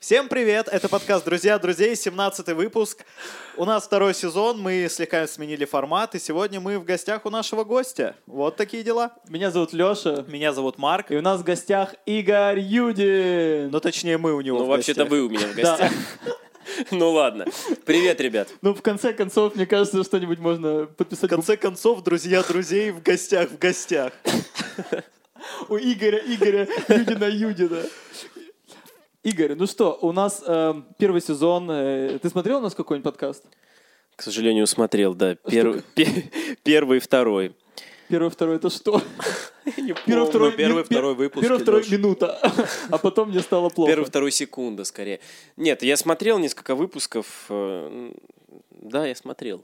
Всем привет! Это подкаст «Друзья друзей», 17-й выпуск. У нас второй сезон, мы слегка сменили формат, и сегодня мы в гостях у нашего гостя. Вот такие дела. Меня зовут Леша. Меня зовут Марк. И у нас в гостях Игорь Юдин. Ну, точнее, мы у него в гостях. Вообще-то вы у меня в гостях. Ну ладно. Привет, ребят. Ну, в конце концов, мне кажется, что-нибудь можно подписать. В конце концов, «Друзья друзей» в гостях. У Игоря Юдина. Игорь, ну что, у нас первый сезон. Ты смотрел у нас какой-нибудь подкаст? К сожалению, смотрел, да. Первый и второй. Первый, второй — это что? Первый, второй выпуск. Первый, второй минута, а потом мне стало плохо. Первый, второй секунда, скорее. Нет, я смотрел несколько выпусков. Да, я смотрел.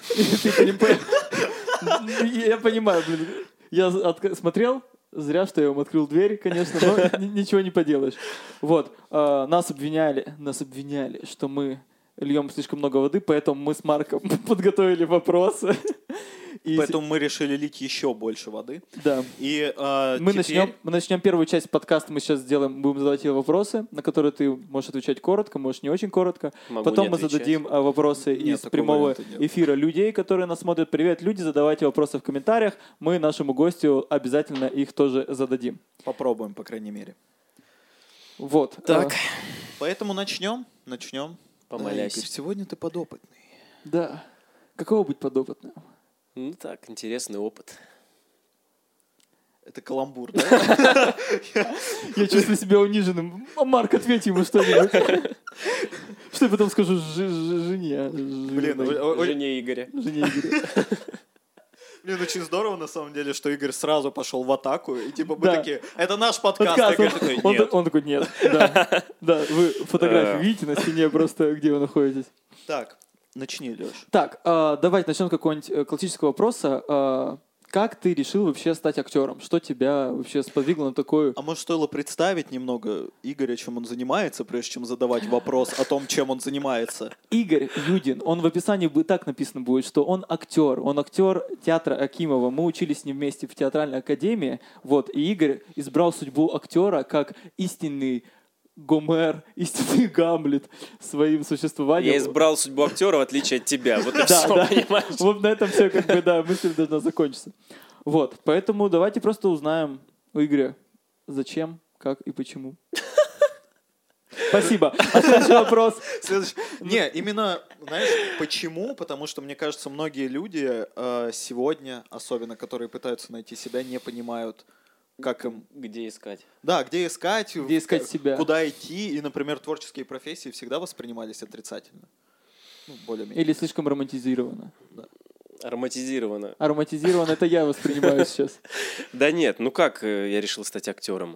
Я понимаю, блин. Я смотрел. Зря, что я вам открыл дверь, конечно, но ничего не поделаешь. Вот, нас обвиняли, что мы льем слишком много воды, поэтому мы с Марком подготовили вопросы. Поэтому мы решили лить еще больше воды. Да. И мы начнем первую часть подкаста, мы сейчас будем задавать тебе вопросы, на которые ты можешь отвечать коротко, можешь не очень коротко. Потом мы зададим вопросы из прямого эфира людей, которые нас смотрят. Привет, люди, задавайте вопросы в комментариях. Мы нашему гостю обязательно их тоже зададим. Попробуем, по крайней мере. Вот. Так. Поэтому начнем. Помолясь. Игорь, сегодня ты подопытный. Да. Каково быть подопытным? Ну так, интересный опыт. Это каламбур, да? Я чувствую себя униженным. Марк, ответь ему что-нибудь. Что я потом скажу жене? Жене Игоря. Блин, очень здорово, на самом деле, что Игорь сразу пошел в атаку, и типа мы такие, это наш подкаст. Игорь такой, нет. Он такой, нет. Да, вы фотографию видите на стене просто, где вы находитесь. Так, начни, Леш. Так, давайте начнем с какого-нибудь классического вопроса. Как ты решил вообще стать актером? Что тебя вообще сподвигло на такую... А может, стоило представить немного Игоря, чем он занимается, прежде чем задавать вопрос о том, чем он занимается? Игорь Юдин, он в описании так написано будет, что он актер театра Акимова. Мы учились с ним вместе в театральной академии, вот, и Игорь избрал судьбу актера как истинный Гомер, истинный Гамлет своим существованием. Я избрал судьбу актера, в отличие от тебя. Вот и все, понимаешь? Вот на этом все, мысль должна закончиться. Вот, поэтому давайте просто узнаем у Игоря, зачем, как и почему. Спасибо. А следующий вопрос. Не, именно, знаешь, почему? Потому что, мне кажется, многие люди сегодня, особенно, которые пытаются найти себя, не понимают, как им... Где искать? Да, где искать себя. Куда идти. И, например, творческие профессии всегда воспринимались отрицательно. Ну, более-менее. Или слишком романтизировано. Да. Ароматизировано. Ароматизировано — это я воспринимаю сейчас. Да нет, ну как я решил стать актером?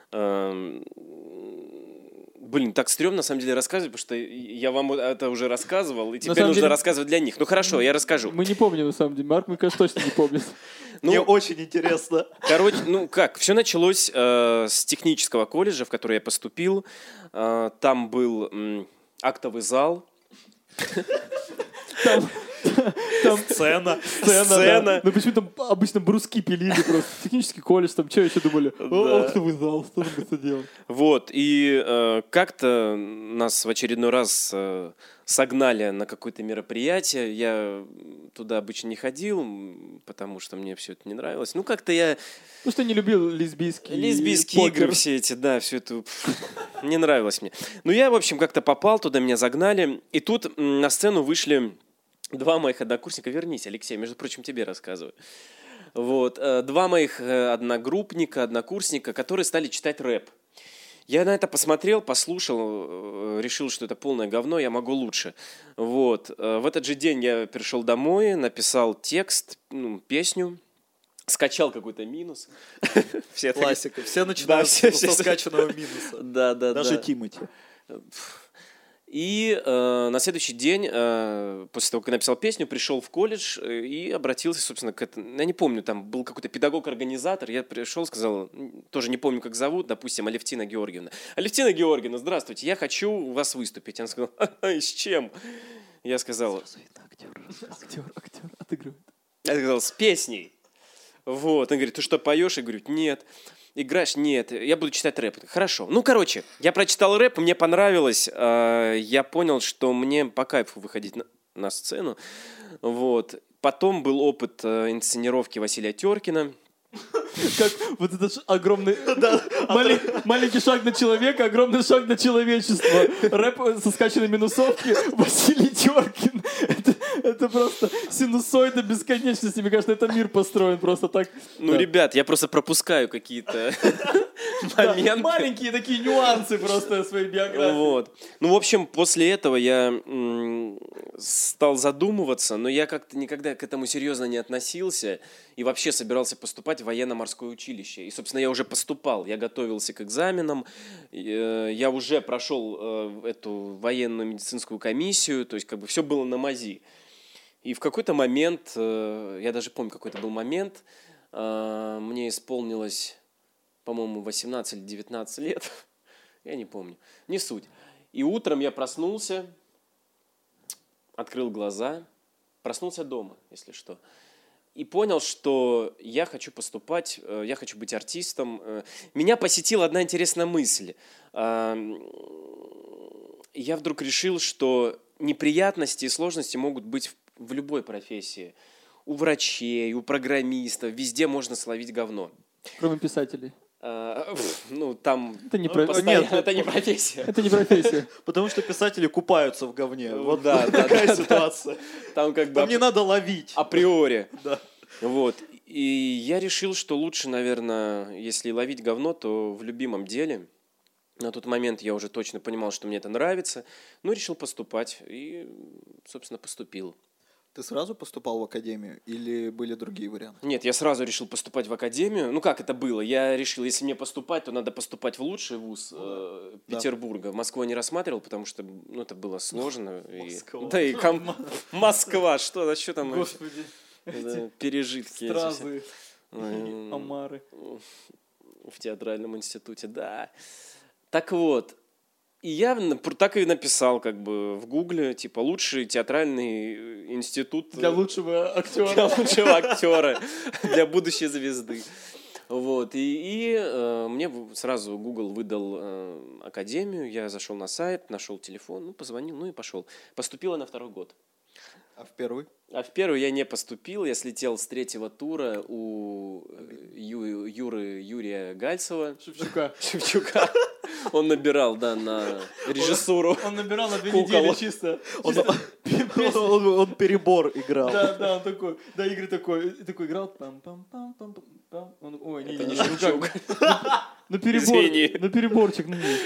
Блин, так стрёмно, на самом деле, рассказывать, потому что я вам это уже рассказывал, и теперь нужно рассказывать для них. Ну хорошо, я расскажу. Мы не помним, на самом деле. Марк, мне кажется, точно не помнит. Мне очень интересно. Короче, ну как, все началось с технического колледжа, в который я поступил. Там был актовый зал. Там Сцена. Да. Ну почему там обычно бруски пилили просто. Технический колледж, там что еще думали? Актовый зал, что мы это делаем? Вот, и как-то нас в очередной раз согнали на какое-то мероприятие. Я туда обычно не ходил, потому что мне все это не нравилось. Ну как-то я... Ну что не любил лесбийские игры все эти, да, все это не нравилось мне. Ну я, в общем, как-то попал туда, меня загнали. И тут на сцену вышли два моих однокурсника. Вернись, Алексей, между прочим, тебе рассказываю. Вот, два моих однокурсника, которые стали читать рэп. Я на это посмотрел, послушал, решил, что это полное говно, я могу лучше. Вот. В этот же день я пришел домой, написал текст, песню, скачал какой-то минус. Классика. Все начинают со скачанного минуса. Да. Даже Тимати. И на следующий день, после того, как я написал песню, пришел в колледж и обратился, собственно, к этому. Я не помню, там был какой-то педагог-организатор. Я пришел, сказал, тоже не помню, как зовут, допустим, Алевтина Георгиевна. Алевтина Георгиевна, здравствуйте, я хочу у вас выступить. Она сказала, с чем? Я сказал... Актер отыгрывает. Я сказал, с песней. Вот. Он говорит, ты что, поешь? Я говорю, нет. играешь? Нет, я буду читать рэп. Хорошо. Ну, короче, я прочитал рэп, мне понравилось. Я понял, что мне по кайфу выходить на сцену. Вот. Потом был опыт инсценировки Василия Теркина. Как вот этот огромный... Маленький шаг на человека, огромный шаг на человечество. Рэп со скачанной минусовки. Василий Теркин. Это просто синусоида бесконечности. Мне кажется, это мир построен просто так. Ну, ребят, я просто пропускаю какие-то моменты. Маленькие такие нюансы просто своей биографии. Вот. Ну, в общем, после этого я стал задумываться, но я как-то никогда к этому серьезно не относился и вообще собирался поступать в военно-морское училище. И, собственно, я уже поступал, я готовился к экзаменам, я уже прошел эту военную медицинскую комиссию, то есть как бы все было на мази. И в какой-то момент, я даже помню, какой-то был момент, мне исполнилось, по-моему, 18 или 19 лет, я не помню, не суть. И утром я проснулся, открыл глаза, проснулся дома, если что, и понял, что я хочу поступать, я хочу быть артистом. Меня посетила одна интересная мысль. Я вдруг решил, что неприятности и сложности могут быть в любой профессии. У врачей, у программистов, везде можно словить говно. Кроме писателей. Ну, там... Это не это не профессия. Это не профессия. Потому что писатели купаются в говне. Вот да, такая ситуация. Там как бы... Там не надо ловить. Априори. Да. Вот. И я решил, что лучше, наверное, если ловить говно, то в любимом деле. На тот момент я уже точно понимал, что мне это нравится. Ну, решил поступать. И, собственно, поступил. Ты сразу поступал в академию или были другие варианты? Нет, я сразу решил поступать в академию. Ну, как это было? Я решил, если мне поступать, то надо поступать в лучший вуз Петербурга. В Москву я не рассматривал, потому что это было сложно. Москва. Да и Москва, что там? Господи. Пережитки. Стразы, омары. В театральном институте, да. Так вот. И я так и написал как бы в Гугле, типа, лучший театральный институт... Для лучшего актера. Для лучшего актера, для будущей звезды. Вот. И мне сразу Google выдал академию, я зашел на сайт, нашел телефон, позвонил, ну и пошел. Поступил я на 2-й год. А в первый? А в первый я не поступил, я слетел с 3-го тура у Юрия Гальцева. Шевчука. Он набирал, да, на режиссуру. Он набирал на 2 недели чисто. Он перебор играл. Да, он такой, да, Игорь такой играл. Ой, это не Шевчук. На переборчик.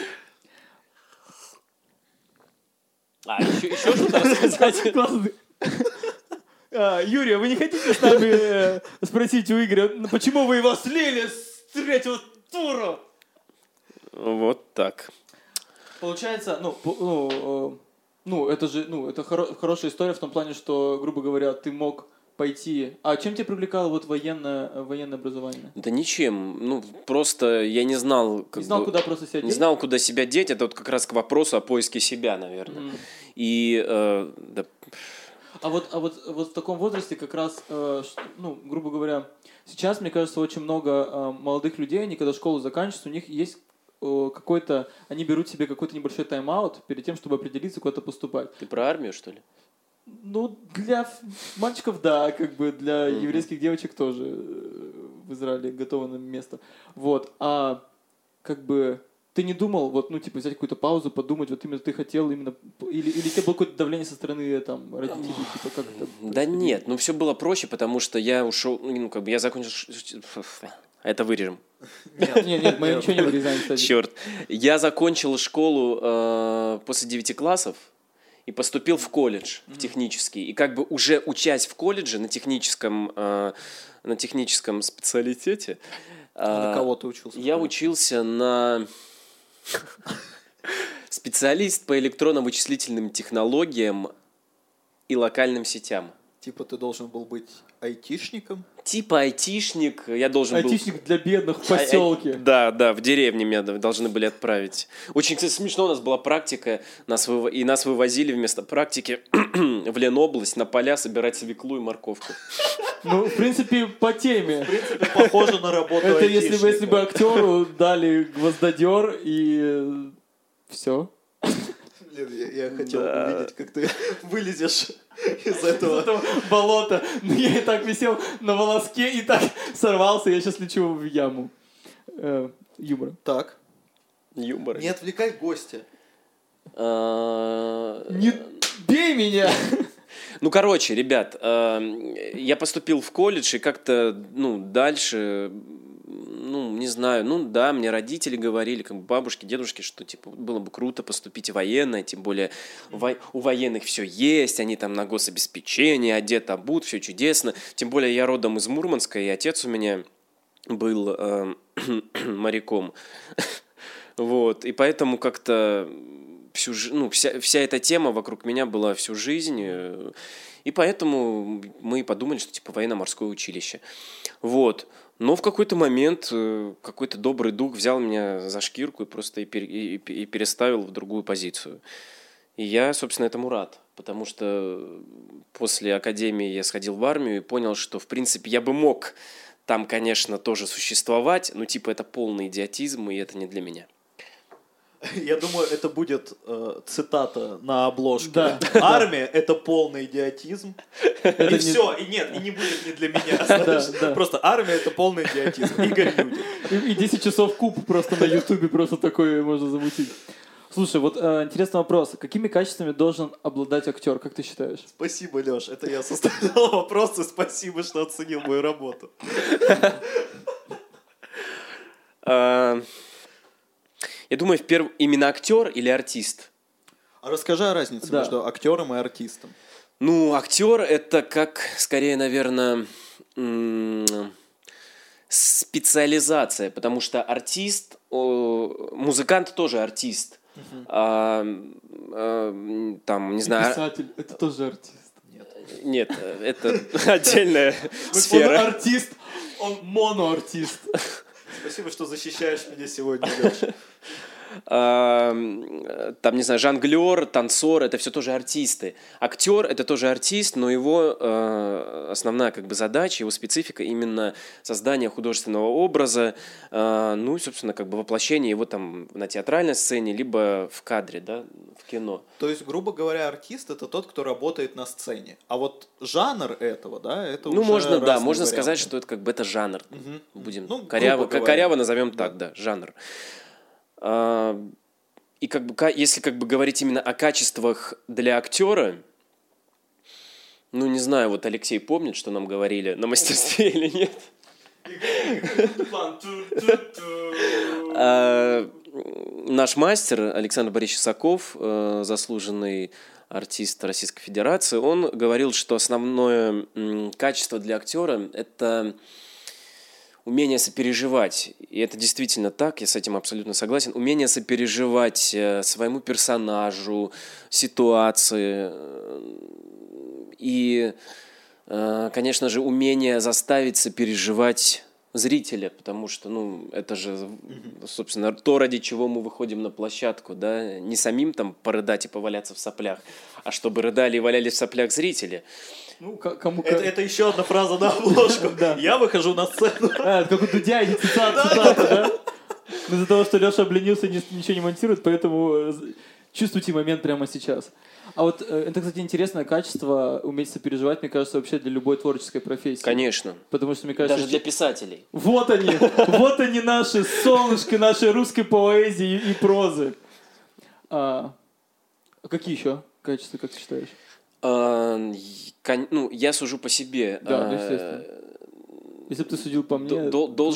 А, еще что-то рассказать? Классно. Юрий, вы не хотите с нами спросить у Игоря, почему вы его слили с 3-го тура? Вот так. Получается, это же, это хорошая история в том плане, что, грубо говоря, ты мог пойти. А чем тебя привлекало вот военное образование? Да ничем. Просто я не знал... Куда просто себя деть? Не знал, куда себя деть. Это вот как раз к вопросу о поиске себя, наверное. И... да. А вот в таком возрасте как раз, грубо говоря, сейчас, мне кажется, очень много молодых людей, они когда школу заканчивают, у них есть какой-то, они берут себе какой-то небольшой тайм-аут перед тем, чтобы определиться, куда-то поступать. Ты про армию, что ли? Ну, для мальчиков, да, как бы для еврейских девочек тоже в Израиле готово на место. Вот, а как бы ты не думал, взять какую-то паузу, подумать, вот именно ты хотел именно, или у тебя было какое-то давление со стороны там родителей, типа как это? Да нет, все было проще, потому что я ушел, я закончил... Это вырежем. Нет, мы ничего не вырезаем, кстати. Черт. Я закончил школу после 9 классов и поступил в колледж, в технический. И как бы уже учась в колледже на техническом специалитете... А на кого ты учился? Я учился на... специалист по электронно-вычислительным технологиям и локальным сетям. Типа ты должен был быть айтишником? Типа айтишник. Я должен был... Айтишник для бедных в поселке. Да, в деревне меня должны были отправить. Очень, кстати, смешно у нас была практика. Нас вывозили вместо практики в Ленобласть на поля собирать свеклу и морковку. Ну, в принципе, по теме. В принципе, похоже на работу это если бы актеру дали гвоздодер и все. Я хотел увидеть, как ты вылезешь из этого болота. Но я и так висел на волоске и так сорвался. Я сейчас лечу в яму. Юмора. Так. Юмора. Не отвлекай гостя. Не бей меня! Ну, короче, ребят, я поступил в колледж и как-то, дальше, не знаю, мне родители говорили, как бы бабушки, дедушки, что, типа, было бы круто поступить в военное, тем более у военных все есть, они там на гособеспечении, одет, обут, все чудесно. Тем более я родом из Мурманска, и отец у меня был моряком. Вот, и поэтому как-то вся эта тема вокруг меня была всю жизнь, и поэтому мы подумали, что типа военно-морское училище. Вот. Но в какой-то момент какой-то добрый дух взял меня за шкирку и просто и переставил в другую позицию. И я, собственно, этому рад, потому что после академии я сходил в армию и понял, что, в принципе, я бы мог там, конечно, тоже существовать, но типа это полный идиотизм, и это не для меня. Я думаю, это будет цитата на обложке. Да. Армия — это полный идиотизм. И все, и не будет не для меня. Знаешь? Просто армия — это полный идиотизм. Игорь Юдин. И 10 часов куб просто на Ютубе просто такое можно замутить. Слушай, вот интересный вопрос. Какими качествами должен обладать актер, как ты считаешь? Спасибо, Леш. Это я составлял вопрос, и спасибо, что оценил мою работу. Я думаю, именно актер или артист? А расскажи о разнице между актером и артистом. Ну, актер — это как, скорее, наверное, специализация, потому что артист, музыкант тоже артист. Там, не знаю... Писатель — это тоже артист. Нет, это отдельная сфера. Он артист, он моноартист. Спасибо, что защищаешь меня сегодня, Леша. Там, не знаю, жонглер, танцор — это все тоже артисты. Актер — это тоже артист, но его основная как бы задача, его специфика именно создание художественного образа, ну и, собственно, как бы воплощение его там на театральной сцене, либо в кадре, да, в кино. То есть, грубо говоря, артист — это тот, кто работает на сцене. А вот жанр этого, да, это уже можно, да, можно варианты. Сказать, что это как бы это жанр. Будем коряво назовем так, да, жанр. И как бы, если как бы говорить именно о качествах для актера, ну не знаю, вот Алексей помнит, что нам говорили на мастерстве или нет? Наш мастер Александр Борисович Соков, заслуженный артист Российской Федерации, он говорил, что основное качество для актера — это умение сопереживать. И это действительно так, я с этим абсолютно согласен. Умение сопереживать своему персонажу, ситуации. И, конечно же, умение заставить сопереживать зрителя, потому что, ну, это же, собственно, то, ради чего мы выходим на площадку, да, не самим там порыдать и поваляться в соплях, а чтобы рыдали и валялись в соплях зрители. Ну, это еще одна фраза на обложку. Я выхожу на сцену. Как у Дудя, и цитата, да? Но из-за того, что Леша обленился, ничего не монтирует, поэтому чувствуйте момент прямо сейчас. А вот это, кстати, интересное качество, уметь сопереживать, мне кажется, вообще для любой творческой профессии. Конечно. Потому что, мне кажется... Даже для писателей. Вот они наши солнышко нашей русской поэзии и прозы. Какие еще качества, как ты считаешь? Ну, я сужу по себе. Да, естественно. Если бы ты судил по мне...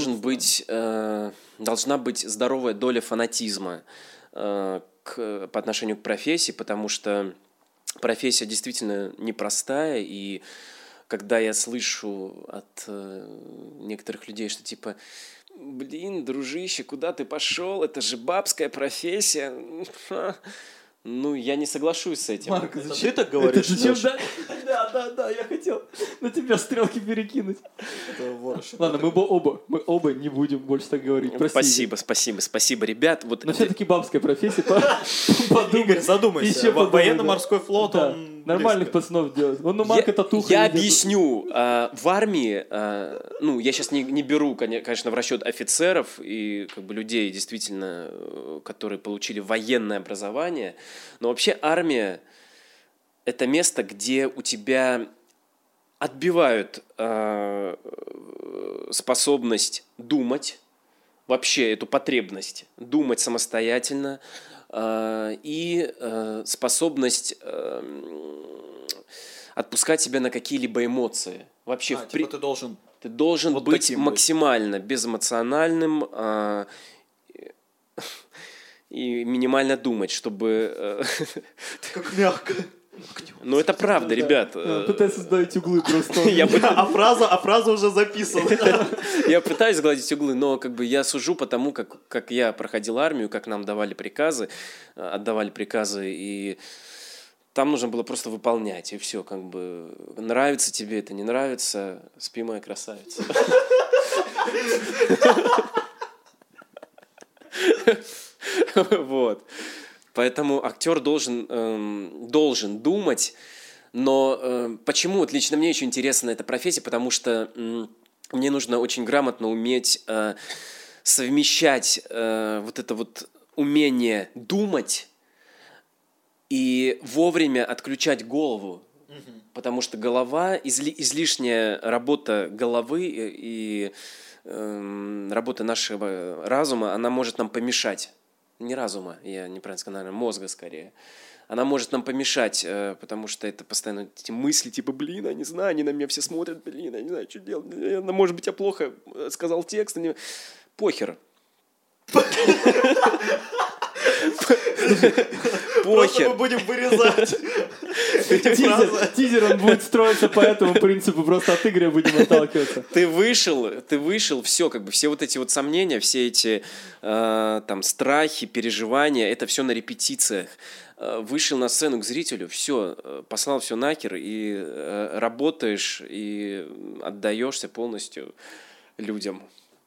Должна быть здоровая доля фанатизма по отношению к профессии, потому что профессия действительно непростая, и когда я слышу от некоторых людей, что типа, блин, дружище, куда ты пошел, это же бабская профессия, ну, я не соглашусь с этим. Марк, зачем ты так говоришь? Да, Да, я хотел на тебя стрелки перекинуть. Ладно, мы оба не будем больше так говорить. Спасибо, ребят. Но все-таки бабская профессия. Игорь, задумайся. Военно-морской флот, он нормальных пацанов делает. Он у Марка татуха. Я объясню. В армии, я сейчас не беру, конечно, в расчет офицеров и как бы людей, действительно, которые получили военное образование, но вообще армия — это место, где у тебя отбивают способность думать, вообще эту потребность думать самостоятельно, и способность отпускать себя на какие-либо эмоции. Вообще, ты должен вот быть максимально безэмоциональным и минимально думать, чтобы... Как мягко. Ну, это правда, ребят. Пытаюсь сгладить углы просто. А фраза уже записана. Я пытаюсь сгладить углы, но как бы я сужу по тому, как я проходил армию, как нам отдавали приказы, и там нужно было просто выполнять, и все, как бы нравится тебе это, не нравится, спи, моя красавица. Вот. Поэтому актер должен думать, но почему вот лично мне еще интересна эта профессия, потому что мне нужно очень грамотно уметь совмещать вот это вот умение думать и вовремя отключать голову, потому что голова, излишняя работа головы и работа нашего разума, она может нам помешать. Не разума, я неправильно сказал, наверное, мозга скорее. Она может нам помешать, потому что это постоянно эти мысли, типа, блин, я не знаю, они на меня все смотрят, блин, я не знаю, что делать. Может быть, я плохо сказал текст. Похер. Просто мы будем вырезать. Тизер, он будет строиться по этому принципу, просто от Игоря будем отталкиваться. Ты вышел, все, как бы все вот эти вот сомнения, все эти там страхи, переживания, это все на репетициях. Вышел на сцену к зрителю, все, послал все нахер, и работаешь, и отдаешься полностью людям.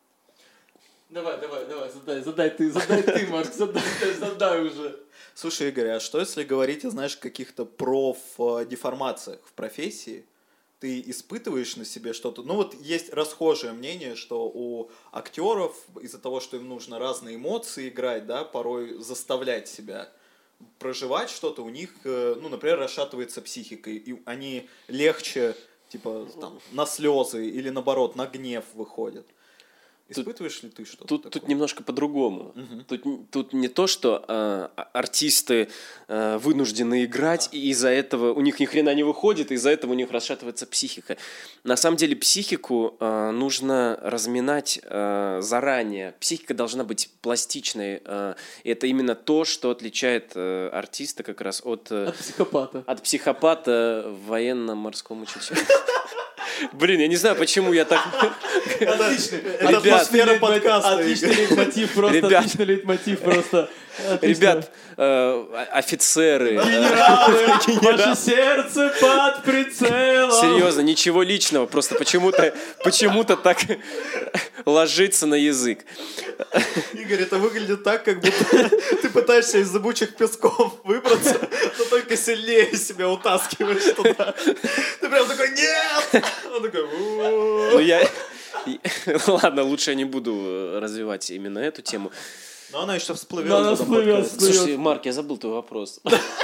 Давай, задай ты, Марк, задай уже. Слушай, Игорь, а что если говорить о, знаешь, каких-то профдеформациях в профессии? Ты испытываешь на себе что-то? Ну вот есть расхожее мнение, что у актеров из-за того, что им нужно разные эмоции играть, да, порой заставлять себя проживать что-то, у них, ну, например, расшатывается психика, и они легче, типа, там, на слезы или, наоборот, на гнев выходят. Испытываешь ли ты что-то такое? Тут немножко по-другому. Тут не то, что артисты вынуждены играть, и из-за этого у них ни хрена не выходит, и из-за этого у них расшатывается психика. На самом деле психику нужно разминать заранее. Психика должна быть пластичной. И это именно то, что отличает артиста как раз от психопата. От психопата в военно-морском училище. Блин, я не знаю, почему я так... Отличный. Это атмосфера подкаста. Отличный лейтмотив просто. Ребят, офицеры. Генералы, ваше сердце под прицелом. Серьезно, ничего личного, просто почему-то так ложится на язык. Игорь, это выглядит так, как будто ты пытаешься из зыбучих песков выбраться, но только сильнее себя утаскиваешь туда. Ты прям такой, нет! Он такой, ну я... Ладно, лучше я не буду развивать именно эту тему. Но она еще всплывет. Но она всплывет. Слушай, Марк, я забыл твой вопрос.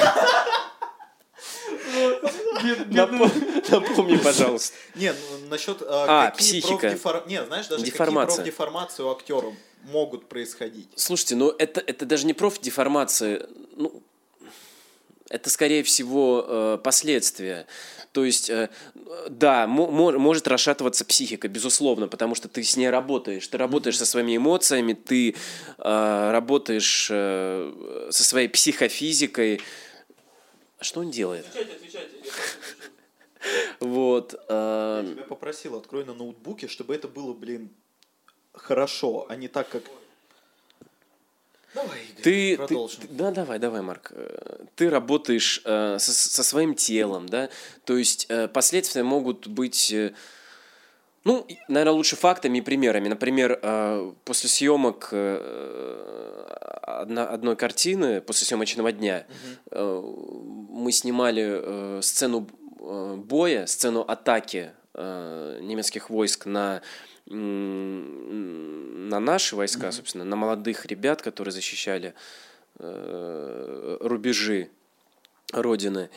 Напомни, пожалуйста. Не, насчет психика. Не, знаешь, даже какие профдеформации у актеров могут происходить. Слушайте, ну это даже не профдеформация, ну, это, скорее всего, последствия. То есть, да, может расшатываться психика, безусловно, потому что ты с ней работаешь. Ты работаешь со своими эмоциями, ты работаешь со своей психофизикой. Что он делает? Отвечайте. Вот. Я тебя попросил, открой на ноутбуке, чтобы это было, блин, хорошо, а не так, как... Давай, Игорь, продолжим. Давай, Марк. Ты работаешь со своим телом, да? То есть последствия могут быть... Ну, наверное, лучше фактами и примерами. Например, после съемок одной картины, после съемочного дня, мы снимали сцену боя, сцену атаки немецких войск на наши войска, собственно, на молодых ребят, которые защищали рубежи Родины.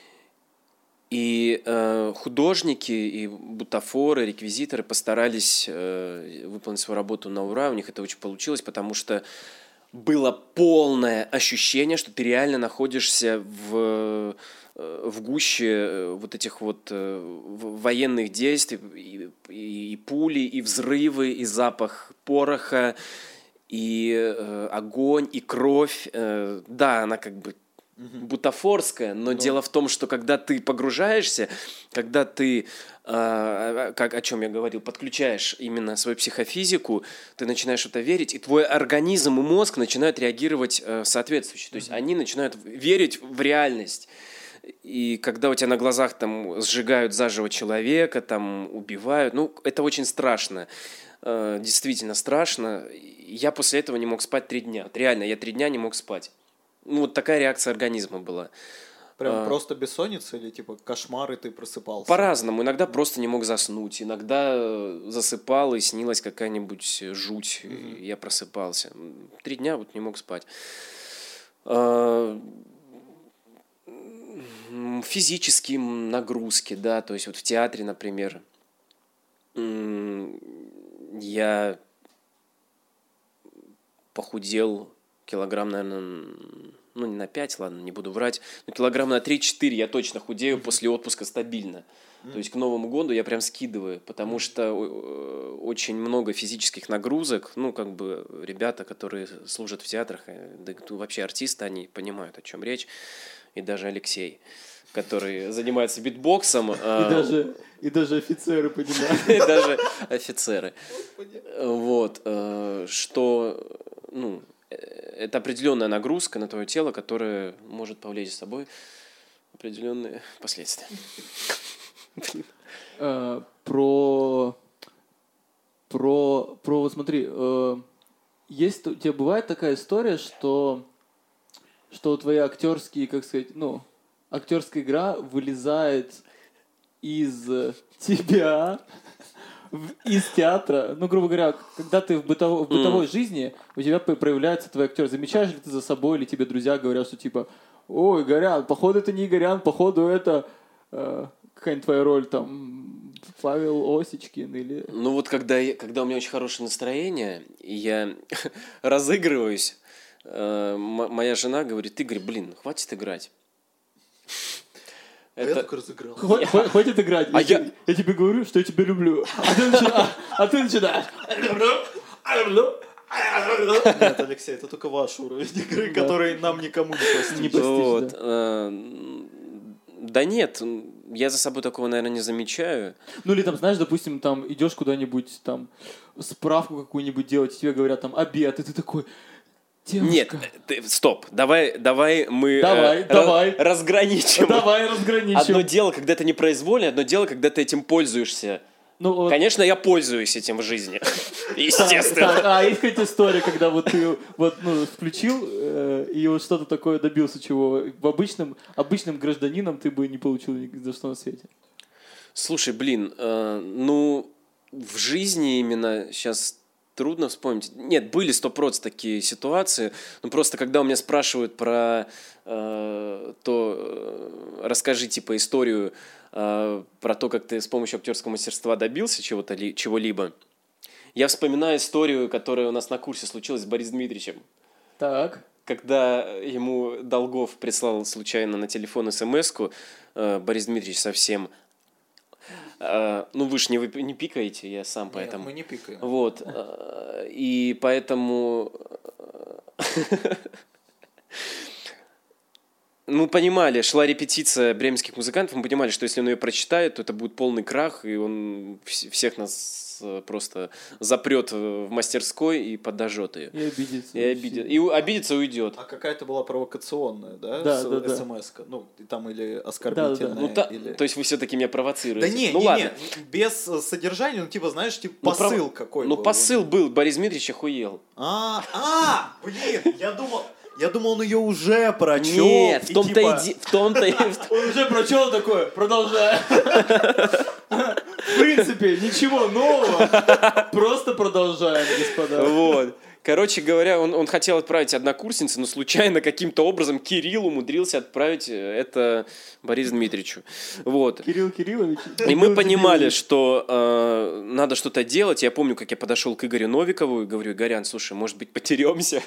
И художники, и бутафоры, реквизиторы постарались выполнить свою работу на ура. У них это очень получилось, потому что было полное ощущение, что ты реально находишься в гуще вот этих вот военных действий, и пули, и взрывы, и запах пороха, и огонь, и кровь. Да, она как бы бутафорская, но дело в том, что когда ты погружаешься, когда ты, о чем я говорил, подключаешь именно свою психофизику, ты начинаешь в это верить, и твой организм и мозг начинают реагировать соответствующе. То есть они начинают верить в реальность. И когда у тебя на глазах там сжигают заживо человека, там убивают, ну, это очень страшно. Действительно страшно. Я после этого не мог спать 3 дня. Вот реально, я 3 дня не мог спать. Ну, вот такая реакция организма была. Прям просто бессонница или типа кошмар, и ты просыпался? По-разному. Иногда просто не мог заснуть. Иногда засыпал, и снилась какая-нибудь жуть. И я просыпался. 3 дня вот не мог спать. Физические нагрузки, да. То есть вот в театре, например, я похудел килограмм, наверное, ну не на 5, ладно, не буду врать, но килограмм на 3-4 я точно худею после отпуска стабильно. То есть к Новому году я прям скидываю, потому что очень много физических нагрузок, ну как бы ребята, которые служат в театрах, да вообще артисты, они понимают, о чем речь, и даже Алексей, который занимается битбоксом. И даже офицеры понимают. И даже офицеры. Вот, что, ну, это определенная нагрузка на твое тело, которая может повлечь за собой определенные последствия. Вот смотри, есть у тебя бывает такая история, что твои актерские, как сказать, ну, актерская игра вылезает из тебя, из театра, ну, грубо говоря, когда ты в бытовой жизни, у тебя проявляется твой актер. Замечаешь ли ты за собой, или тебе друзья говорят, что типа, ой, Игорян, походу это не Игорян, походу это какая-нибудь твоя роль, там, Павел Осечкин или... Ну вот когда у меня очень хорошее настроение, и я разыгрываюсь, моя жена говорит: Игорь, блин, хватит играть. Я только разыграл. Хватит играть. Я тебе говорю, что я тебя люблю. А ты начинаешь. Нет, Алексей, это только ваш уровень игры, который нам никому не постичь. Да нет, я за собой такого, наверное, не замечаю. Ну или там, знаешь, допустим, там идешь куда-нибудь, там, справку какую-нибудь делать, тебе говорят там обед, и ты такой... Девушка. Нет, стоп, давай мы разграничим. Давай разграничим. Одно дело, когда это непроизвольно, одно дело, когда ты этим пользуешься. Ну, вот. Конечно, я пользуюсь этим в жизни. Естественно. А есть какая-то история, когда вот ты включил и вот что-то такое добился, чего обычным гражданином ты бы не получил ни за что на свете? Слушай, блин, ну, в жизни именно сейчас... Трудно вспомнить. Нет, были 100% такие ситуации. Но просто когда у меня спрашивают про расскажи типа историю про то, как ты с помощью актерского мастерства добился чего-либо, я вспоминаю историю, которая у нас на курсе случилась с Борисом Дмитриевичем. Так. Когда ему Долгов прислал случайно на телефон смс-ку, Борис Дмитриевич совсем... Ну, вы же не пикаете, я сам поэтому... Нет, мы не пикаем. Вот. И поэтому... мы понимали, шла репетиция бременских музыкантов, мы понимали, что если он ее прочитает, то это будет полный крах, и он всех нас просто запрет в мастерской и подожжет ее. И обидится. И обидится, уйдет. А какая-то была провокационная, да? Да. СМС-ка. Ну, там или оскорбительная. Да. Ну, то есть вы все-таки меня провоцируете. Да не, без содержания, ну, типа, знаешь, типа посыл какой был. Ну, посыл был, Борис Дмитриевич охуел. Блин, я думал, он ее уже прочел. Нет, в том-то и... Он уже прочел такое, продолжай. В принципе, ничего нового, просто продолжаем, господа. Вот. Короче говоря, он хотел отправить однокурснице, но случайно каким-то образом Кирилл умудрился отправить это Борису Дмитриевичу. Вот. Кирилл Кириллович. И мы понимали, что надо что-то делать. Я помню, как я подошел к Игорю Новикову и говорю: Игорян, слушай, может быть, потеремся?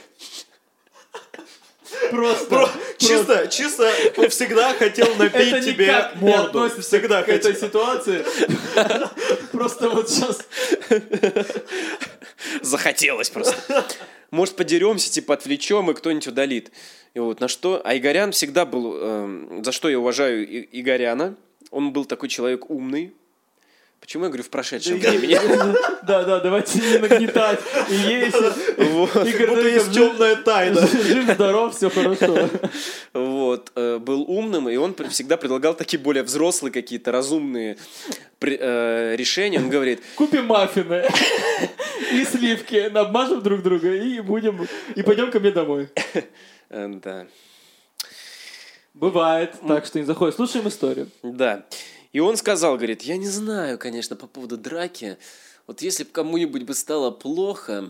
Просто чисто всегда хотел набить тебе морду. Всегда к этой ситуации. Просто вот сейчас... Захотелось просто. Может, подеремся, типа отвлечем, и кто-нибудь удалит. И вот на что... А Игорян всегда был... За что я уважаю Игоряна. Он был такой человек умный. Почему я говорю в прошедшем времени? Да, давайте не нагнетать. И есть. Игорь, есть темная тайна. Жив-здоров, все хорошо. Вот. Был умным, и он всегда предлагал такие более взрослые какие-то разумные решения. Он говорит: купим маффины и сливки, обмажем друг друга и пойдем ко мне домой. Да. Бывает так, что не заходит. Слушаем историю. Да. И он сказал, говорит: я не знаю, конечно, по поводу драки. Вот если бы кому-нибудь бы стало плохо...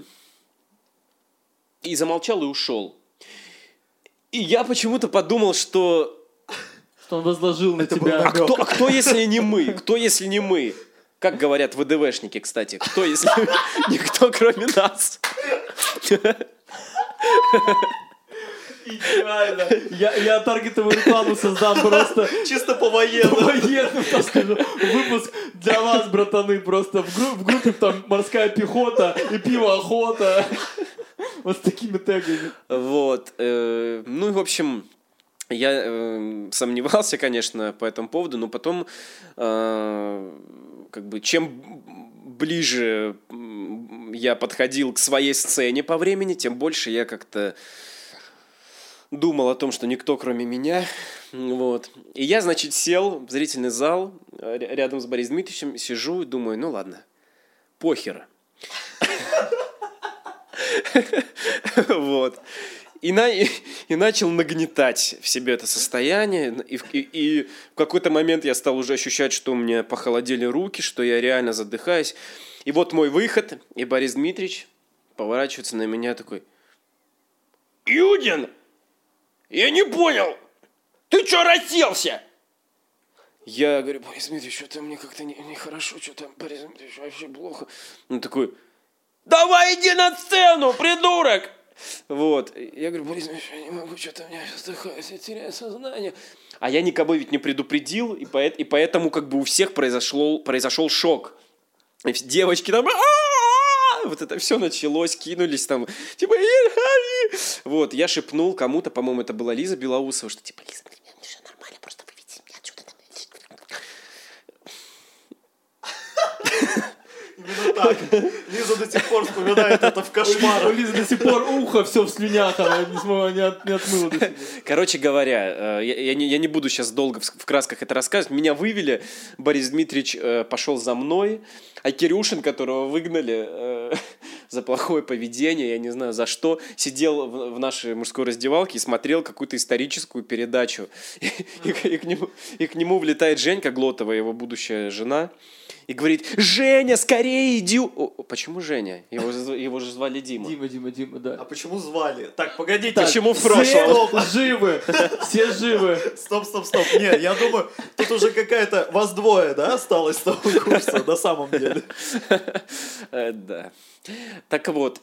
И замолчал и ушел. И я почему-то подумал, что... Что он возложил на тебя. А кто, если не мы? Кто, если не мы? Как говорят ВДВшники, кстати. Кто, если никто, кроме нас? Идеально. Я таргетовую рекламу создам просто... Чисто по-военному. По-военному, так скажу. Выпуск для вас, братаны, просто в группе там морская пехота и пиво охота. Вот с такими тегами. Вот. Ну и, в общем, я сомневался, конечно, по этому поводу, но потом, как бы, чем ближе я подходил к своей сцене по времени, тем больше я как-то думал о том, что никто, кроме меня. Вот. И я, значит, сел в зрительный зал рядом с Борисом Дмитриевичем, сижу и думаю: ну ладно, похер. Вот. И начал нагнетать в себе это состояние. И в какой-то момент я стал уже ощущать, что у меня похолодели руки, что я реально задыхаюсь. И вот мой выход, и Борис Дмитриевич поворачивается на меня такой: Юдин! Я не понял! Ты что расселся? Я говорю: Борис Дмитриевич, что-то мне как-то нехорошо, что-то, Борис Дмитриевич, вообще плохо. Он такой: давай иди на сцену, придурок! Вот. Я говорю: Борис Дмитриевич, я не могу, что-то у меня вздыхаюсь, я теряю сознание. А я никого ведь не предупредил, и поэтому как бы у всех произошел шок. И девочки там... Вот это все началось, кинулись там, типа, вот, я шепнул кому-то, по-моему, это была Лиза Белоусова, что типа: Лиза, все нормально, просто выведи меня отсюда. Именно так. Лиза до сих пор вспоминает это в кошмарах. У Лизы до сих пор ухо все в слюнях, она не отмыла до себя. Короче говоря, я не буду сейчас долго в красках это рассказывать. Меня вывели, Борис Дмитриевич пошел за мной, а Кирюшин, которого выгнали за плохое поведение, я не знаю за что, сидел в нашей мужской раздевалке и смотрел какую-то историческую передачу. И к нему влетает Женька Глотова, его будущая жена, и говорит: Женя, скорее иди. Почему Женя? Его же звали Дима. Дима, да. А почему звали? Так, погодите. Так, почему в прошлом? Живы. Все живы. Стоп. Не, я думаю, тут уже какая-то... Вас двое, да, осталось с того курса, на самом деле? Да. Так вот.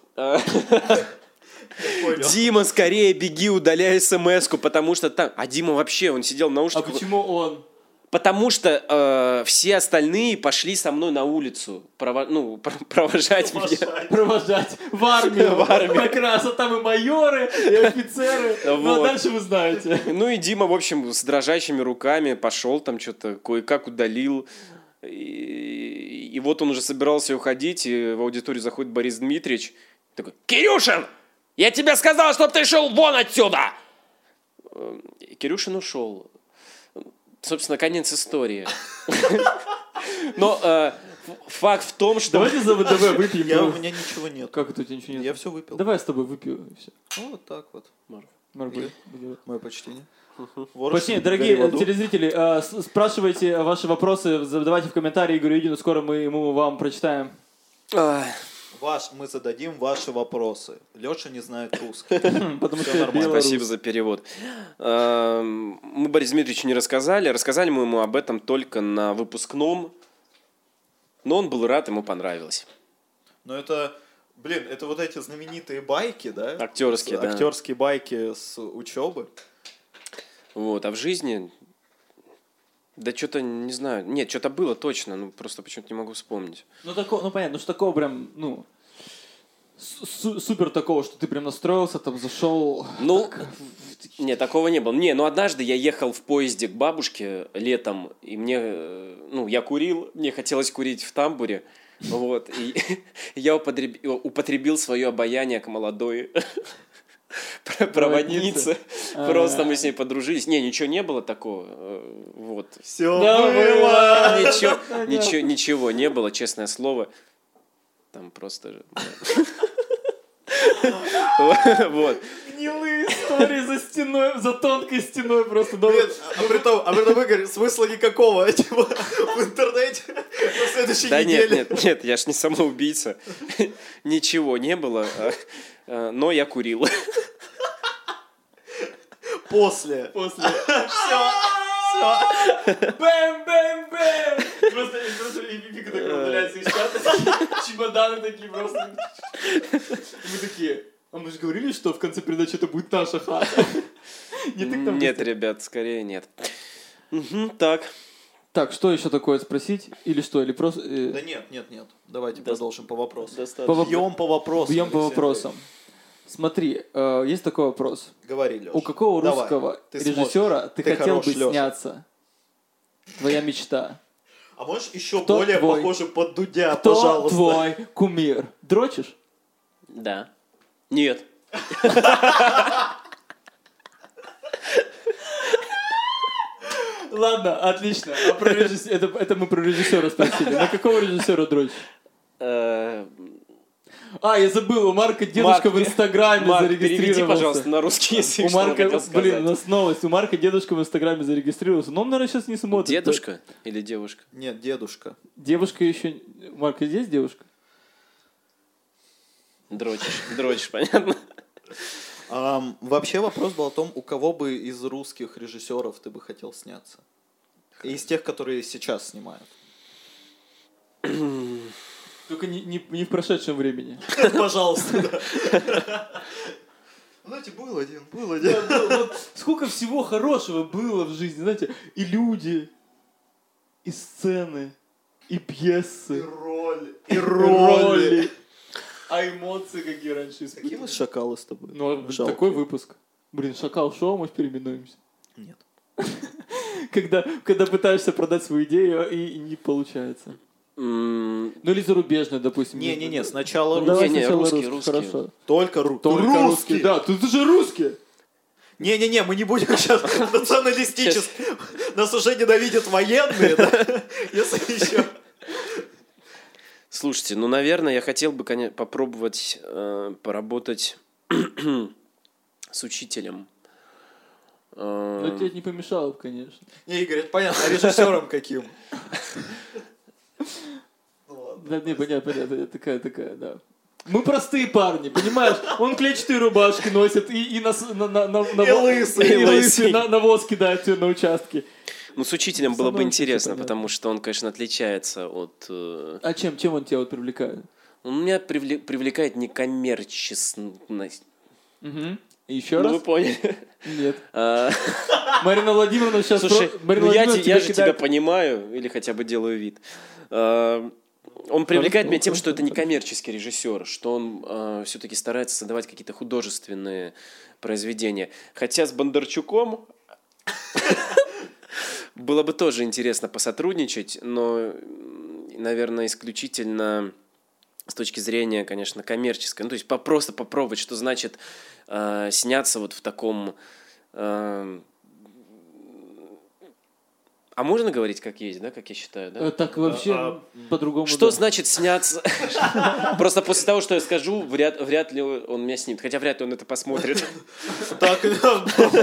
Дима, скорее беги, удаляй смс-ку, потому что там... А Дима вообще, он сидел в наушниках. А почему он? Потому что все остальные пошли со мной на улицу провожать меня. Провожать в армию. Как раз, а там и майоры, и офицеры. Ну, а дальше вы знаете. Ну, и Дима, в общем, с дрожащими руками пошел там что-то, кое-как удалил. И вот он уже собирался уходить, и в аудиторию заходит Борис Дмитриевич. Такой: «Кирюшин, я тебе сказал, чтобы ты шел вон отсюда!» Кирюшин ушел. Собственно, конец истории. Но факт в том, что... Давайте давай выпьем. У меня ничего нет. Как это у тебя ничего нет? Я все выпил. Давай я с тобой выпью. Все. Ну, вот так вот. Марк, мое почтение. Почтение, дорогие телезрители, спрашивайте ваши вопросы, задавайте в комментарии Игорю Юдину, скоро мы вам прочитаем. Мы зададим ваши вопросы. Леша не знает русский. Потому что нормально. Спасибо за перевод. Мы Борису Дмитриевичу не рассказали. Рассказали мы ему об этом только на выпускном. Но он был рад, ему понравилось. Но это вот эти знаменитые байки, да? Актерские, да. Актерские байки с учебы. Вот, а в жизни... Да что-то, не знаю. Нет, что-то было точно, просто почему-то не могу вспомнить. Понятно, что такого прям, супер такого, что ты прям настроился, там зашел... Нет, такого не было. Однажды я ехал в поезде к бабушке летом, и я курил, мне хотелось курить в тамбуре, вот, и я употребил свое обаяние к молодой проводнице. Просто мы с ней подружились. Ничего не было такого. Вот. Все было. Ничего не было, честное слово. Там просто... Вот. Гнилые истории за стеной, за тонкой стеной просто. А притом, Игорь, смысла никакого в интернете на следующей неделе. Нет, я ж не самоубийца. Ничего не было, но я курил. После. Все. Бэм-бэм-бэм! Просто Вика такая удаляется из чата, чемоданы такие просто. Мы такие, а мы же говорили, что в конце передачи это будет наша хата. Нет, ребят, скорее нет. Так. Так, что еще такое спросить? Или что? Или просто... Да нет. Давайте продолжим по вопросу. Бьем по вопросам. Смотри, есть такой вопрос. Говори, Леша. У какого русского режиссера ты хотел бы сняться? Твоя мечта. А можешь еще более похоже под Дудя, Кто пожалуйста? твой кумир? Дрочишь? Да. Нет. Ладно, отлично. Это мы про режиссера спросили. На какого режиссера дрочишь? Я забыл, у Марка дедушка в Инстаграме зарегистрировался. Переведи, пожалуйста, на русский язык, у Марка, у нас новость. У Марка дедушка в Инстаграме зарегистрировался. Но он, наверное, сейчас не смотрит. Дедушка или девушка? Нет, дедушка. Девушка еще... Марка, здесь девушка? Дрочишь, понятно. Вообще вопрос был о том, у кого бы из русских режиссеров ты бы хотел сняться. Из тех, которые сейчас снимают. Только не в прошедшем времени. Пожалуйста, да. Знаете, был один. Сколько всего хорошего было в жизни, знаете, и люди, и сцены, и пьесы. И роли. А эмоции какие раньше испытывали. Какие мы шакалы с тобой? Такой выпуск. Шакал шоу, может, переименуемся? Нет. Когда пытаешься продать свою идею, и не получается. Или зарубежный, допустим. Не, сначала русский. Хорошо. Только русский. Да, ты же русский. Не, мы не будем сейчас националистически. Нас уже ненавидят военные, да? Если еще... Слушайте, наверное, я хотел бы попробовать поработать с учителем. Но тебе не помешало, конечно. Не, Игорь, это понятно. А режиссером каким? Да, не, понятно. Такая, да. Мы простые парни, понимаешь? Он клетчатые рубашки носит и лысый навоз кидает на участке. С учителем было бы интересно, потому что он, конечно, отличается от... А чем он тебя привлекает? Он меня привлекает некоммерческость. Еще раз? Вы поняли? Нет. Марина Владимировна сейчас... Слушай, я же тебя понимаю, или хотя бы делаю вид. Он привлекает меня тем, что это не коммерческий режиссер, что он все-таки старается создавать какие-то художественные произведения. Хотя с Бондарчуком было бы тоже интересно посотрудничать, но, наверное, исключительно с точки зрения, конечно, коммерческой. Ну, то есть просто попробовать, что значит сняться вот в таком... А можно говорить, как есть, да, как я считаю, да? Так вообще по-другому. Что значит сняться? Просто после того, что я скажу, вряд ли он меня снимет. Хотя вряд ли он это посмотрит. Так, Игорь,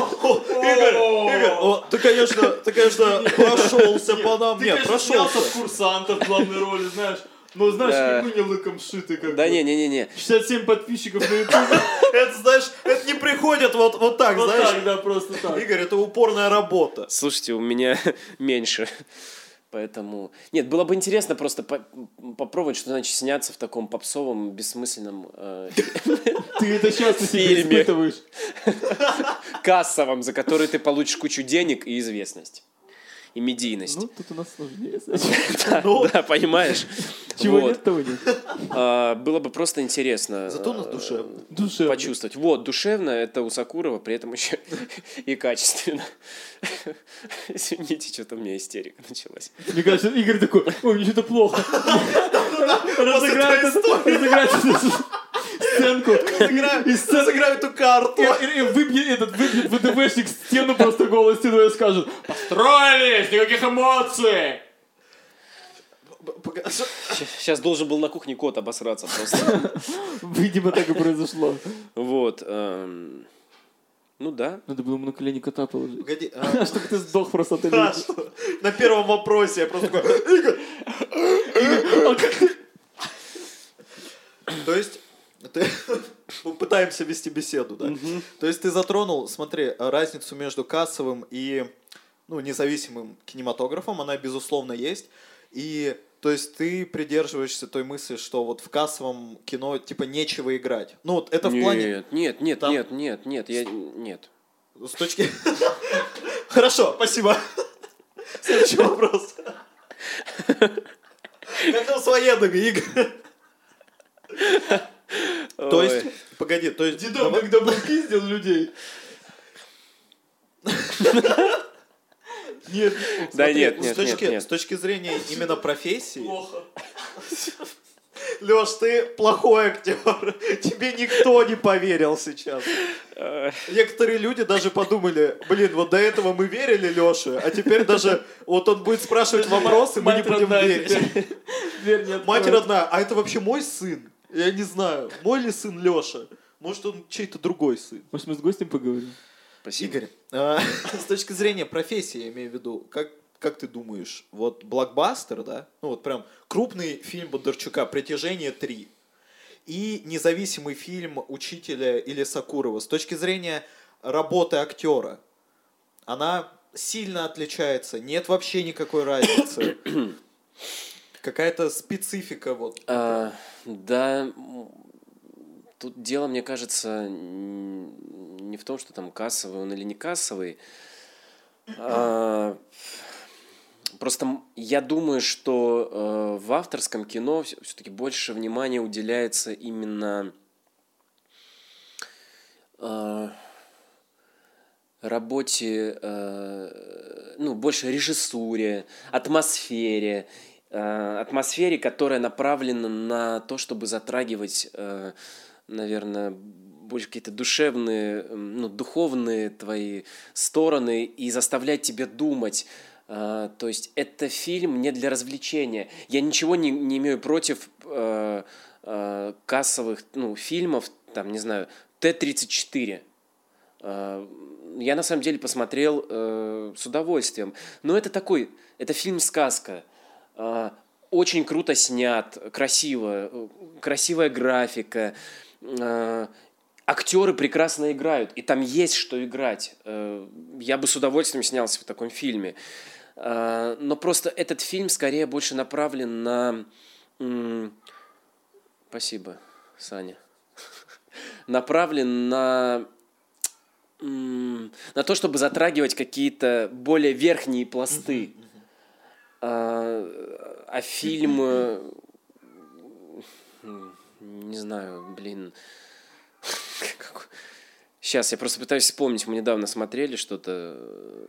ты, конечно, прошелся по нам. Нет, прошелся. Ты, конечно, снялся в «Курсантах» в главной роли, знаешь. Ну, знаешь, мы не лыком шиты. Да не. 67 подписчиков на ютубе. Это, знаешь, это не приходит вот так, знаешь. Вот так, да, просто так. Игорь, это упорная работа. Слушайте, у меня меньше. Поэтому... Нет, было бы интересно просто попробовать, что значит сняться в таком попсовом, бессмысленном Ты это часто себе испытываешь. Кассовом, за который ты получишь кучу денег и известность. И медийность. Ну, тут у нас сложнее. Да, понимаешь? Чего нет, того нет. Было бы просто интересно. Зато у нас душевно. Почувствовать. Вот, душевно — это у Сакурова, при этом еще и качественно. Извините, что-то у меня истерика началась. Мне кажется, Игорь такой: ой, мне что-то плохо. Разыграет сценку. Разыграю эту карту. И выбьет ВДВшник стену просто голой стеной и скажет: построились, никаких эмоций. Сейчас должен был на кухне кот обосраться просто. Видимо, так и произошло. Вот. Ну да. Надо было ему на колени кота положить. Погоди. Чтобы ты сдох просто от элиты. На первом вопросе я просто такой: Игорь! То есть... Мы пытаемся вести беседу, да? То есть ты затронул, смотри, разницу между кассовым и независимым кинематографом, она, безусловно, есть. И, то есть, ты придерживаешься той мысли, что вот в кассовом кино, типа, нечего играть. Ну, вот это в плане... Нет, нет. С точки... Хорошо, спасибо. Следующий вопрос. Как там с военными, Игорь? То есть, погоди, то есть... Дедом, когда был пиздил людей. Нет. Да нет. С точки зрения именно профессии... Плохо. Лёш, ты плохой актер. Тебе никто не поверил сейчас. Некоторые люди даже подумали: блин, вот до этого мы верили Лёше, а теперь даже вот он будет спрашивать вопросы, мы не будем верить. Мать родная, а это вообще мой сын? Я не знаю, мой ли сын Лёша? Может, он чей-то другой сын? Может, мы с гостем поговорим? Спасибо. Игорь, с точки зрения профессии, я имею в виду, как ты думаешь, вот блокбастер, да, ну вот прям крупный фильм Бондарчука «Притяжение 3» и независимый фильм «Учителя» или Сакурова, с точки зрения работы актера, она сильно отличается, нет вообще никакой разницы, какая-то специфика вот. Да, тут дело, мне кажется, не в том, что там кассовый он или не кассовый. Просто я думаю, что в авторском кино все-таки больше внимания уделяется именно работе, больше режиссуре, атмосфере, которая направлена на то, чтобы затрагивать, наверное, больше какие-то душевные, духовные твои стороны и заставлять тебя думать. То есть это фильм не для развлечения. Я ничего не имею против кассовых фильмов, там, не знаю, Т-34. Я на самом деле посмотрел с удовольствием. Но это фильм-сказка. Очень круто снят, красиво, красивая графика. Актеры прекрасно играют, и там есть что играть. Я бы с удовольствием снялся в таком фильме. Но просто этот фильм скорее больше направлен на... Спасибо, Саня. Направлен на на то, чтобы затрагивать какие-то более верхние пласты. А фильм... Не знаю, блин... Сейчас, я просто пытаюсь вспомнить. Мы недавно смотрели что-то...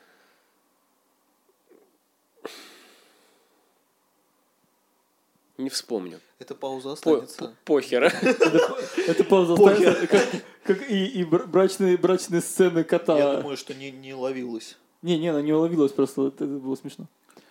Не вспомню. Это пауза останется. Похер. Это пауза останется, как и брачные сцены кота. Я думаю, что не ловилась. Не, она не уловилась, просто это было смешно.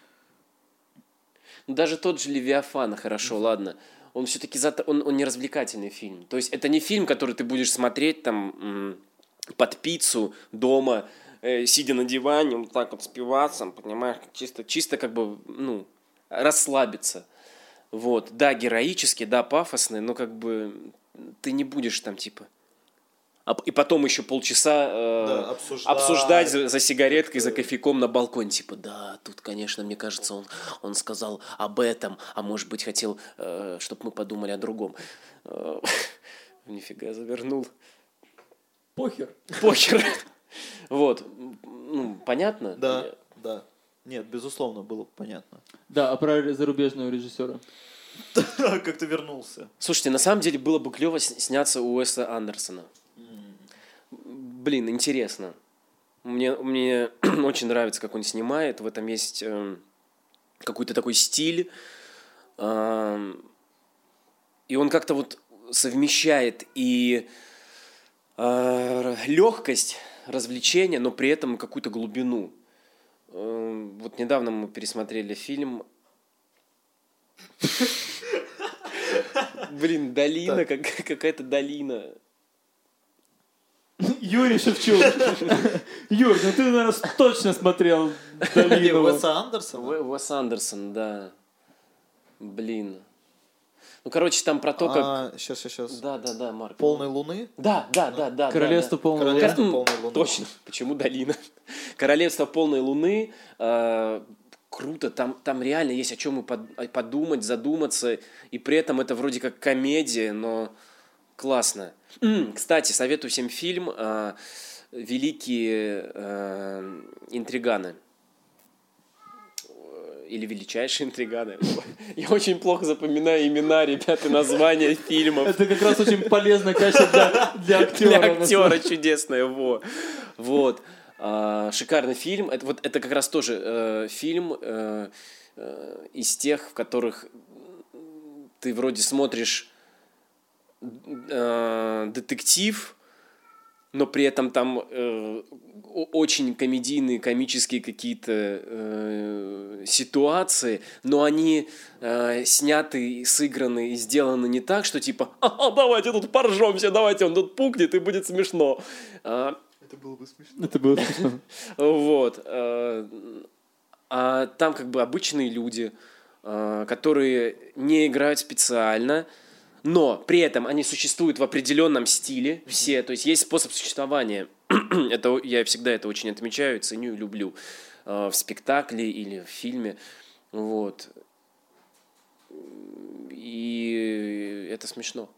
Даже тот же «Левиафан», хорошо, ладно. Он все-таки он не развлекательный фильм. То есть это не фильм, который ты будешь смотреть там под пиццу дома, сидя на диване, вот так вот с пивасом, понимаешь, чисто как бы, расслабиться. Вот, да, героический, да, пафосный, но как бы ты не будешь там типа... И потом еще полчаса обсуждать за сигареткой, за кофейком на балконе. Типа, да, тут, конечно, мне кажется, он сказал об этом, а может быть, хотел, чтобы мы подумали о другом. Нифига, завернул. Похер. Вот. Понятно? Да. Нет, безусловно, было понятно. Да, а про зарубежного режиссера? Как ты вернулся? Слушайте, на самом деле было бы клево сняться у Уэса Андерсона. Блин, интересно. Мне очень нравится, как он снимает. В этом есть какой-то такой стиль. И он как-то вот совмещает и легкость развлечения, но при этом какую-то глубину. Вот недавно мы пересмотрели фильм... Блин, долина, какая-то долина... Юрий Шевчук. Юр, ну ты, наверное, точно смотрел «Долину». Уэса Андерсона? Уэс Андерсон, да. Блин. Короче, там про то, как... Сейчас. Да, Марк. «Полной луны»? Да. «Королевство полной луны». «Королевство полной луны». Точно. Почему «Долина»? «Королевство полной луны». Круто. Там реально есть о чем и подумать, задуматься. И при этом это вроде как комедия, но... Классно. Кстати, советую всем фильм «Великие интриганы». Или «Величайшие интриганы». Я очень плохо запоминаю имена, ребят, и названия фильмов. Это как раз очень полезно, конечно, для актера. Для актера чудесное, вот. Шикарный фильм. Это как раз тоже фильм из тех, в которых ты вроде смотришь детектив, но при этом там очень комедийные, комические какие-то ситуации, но они сняты, сыграны и сделаны не так, что типа давайте тут поржемся, давайте он тут пукнет и будет смешно. Это было бы смешно. Вот. А там как бы обычные люди, которые не играют специально, но при этом они существуют в определенном стиле, все, то есть есть способ существования. Я всегда это очень отмечаю, ценю и люблю в спектакле или в фильме. Вот. И это смешно.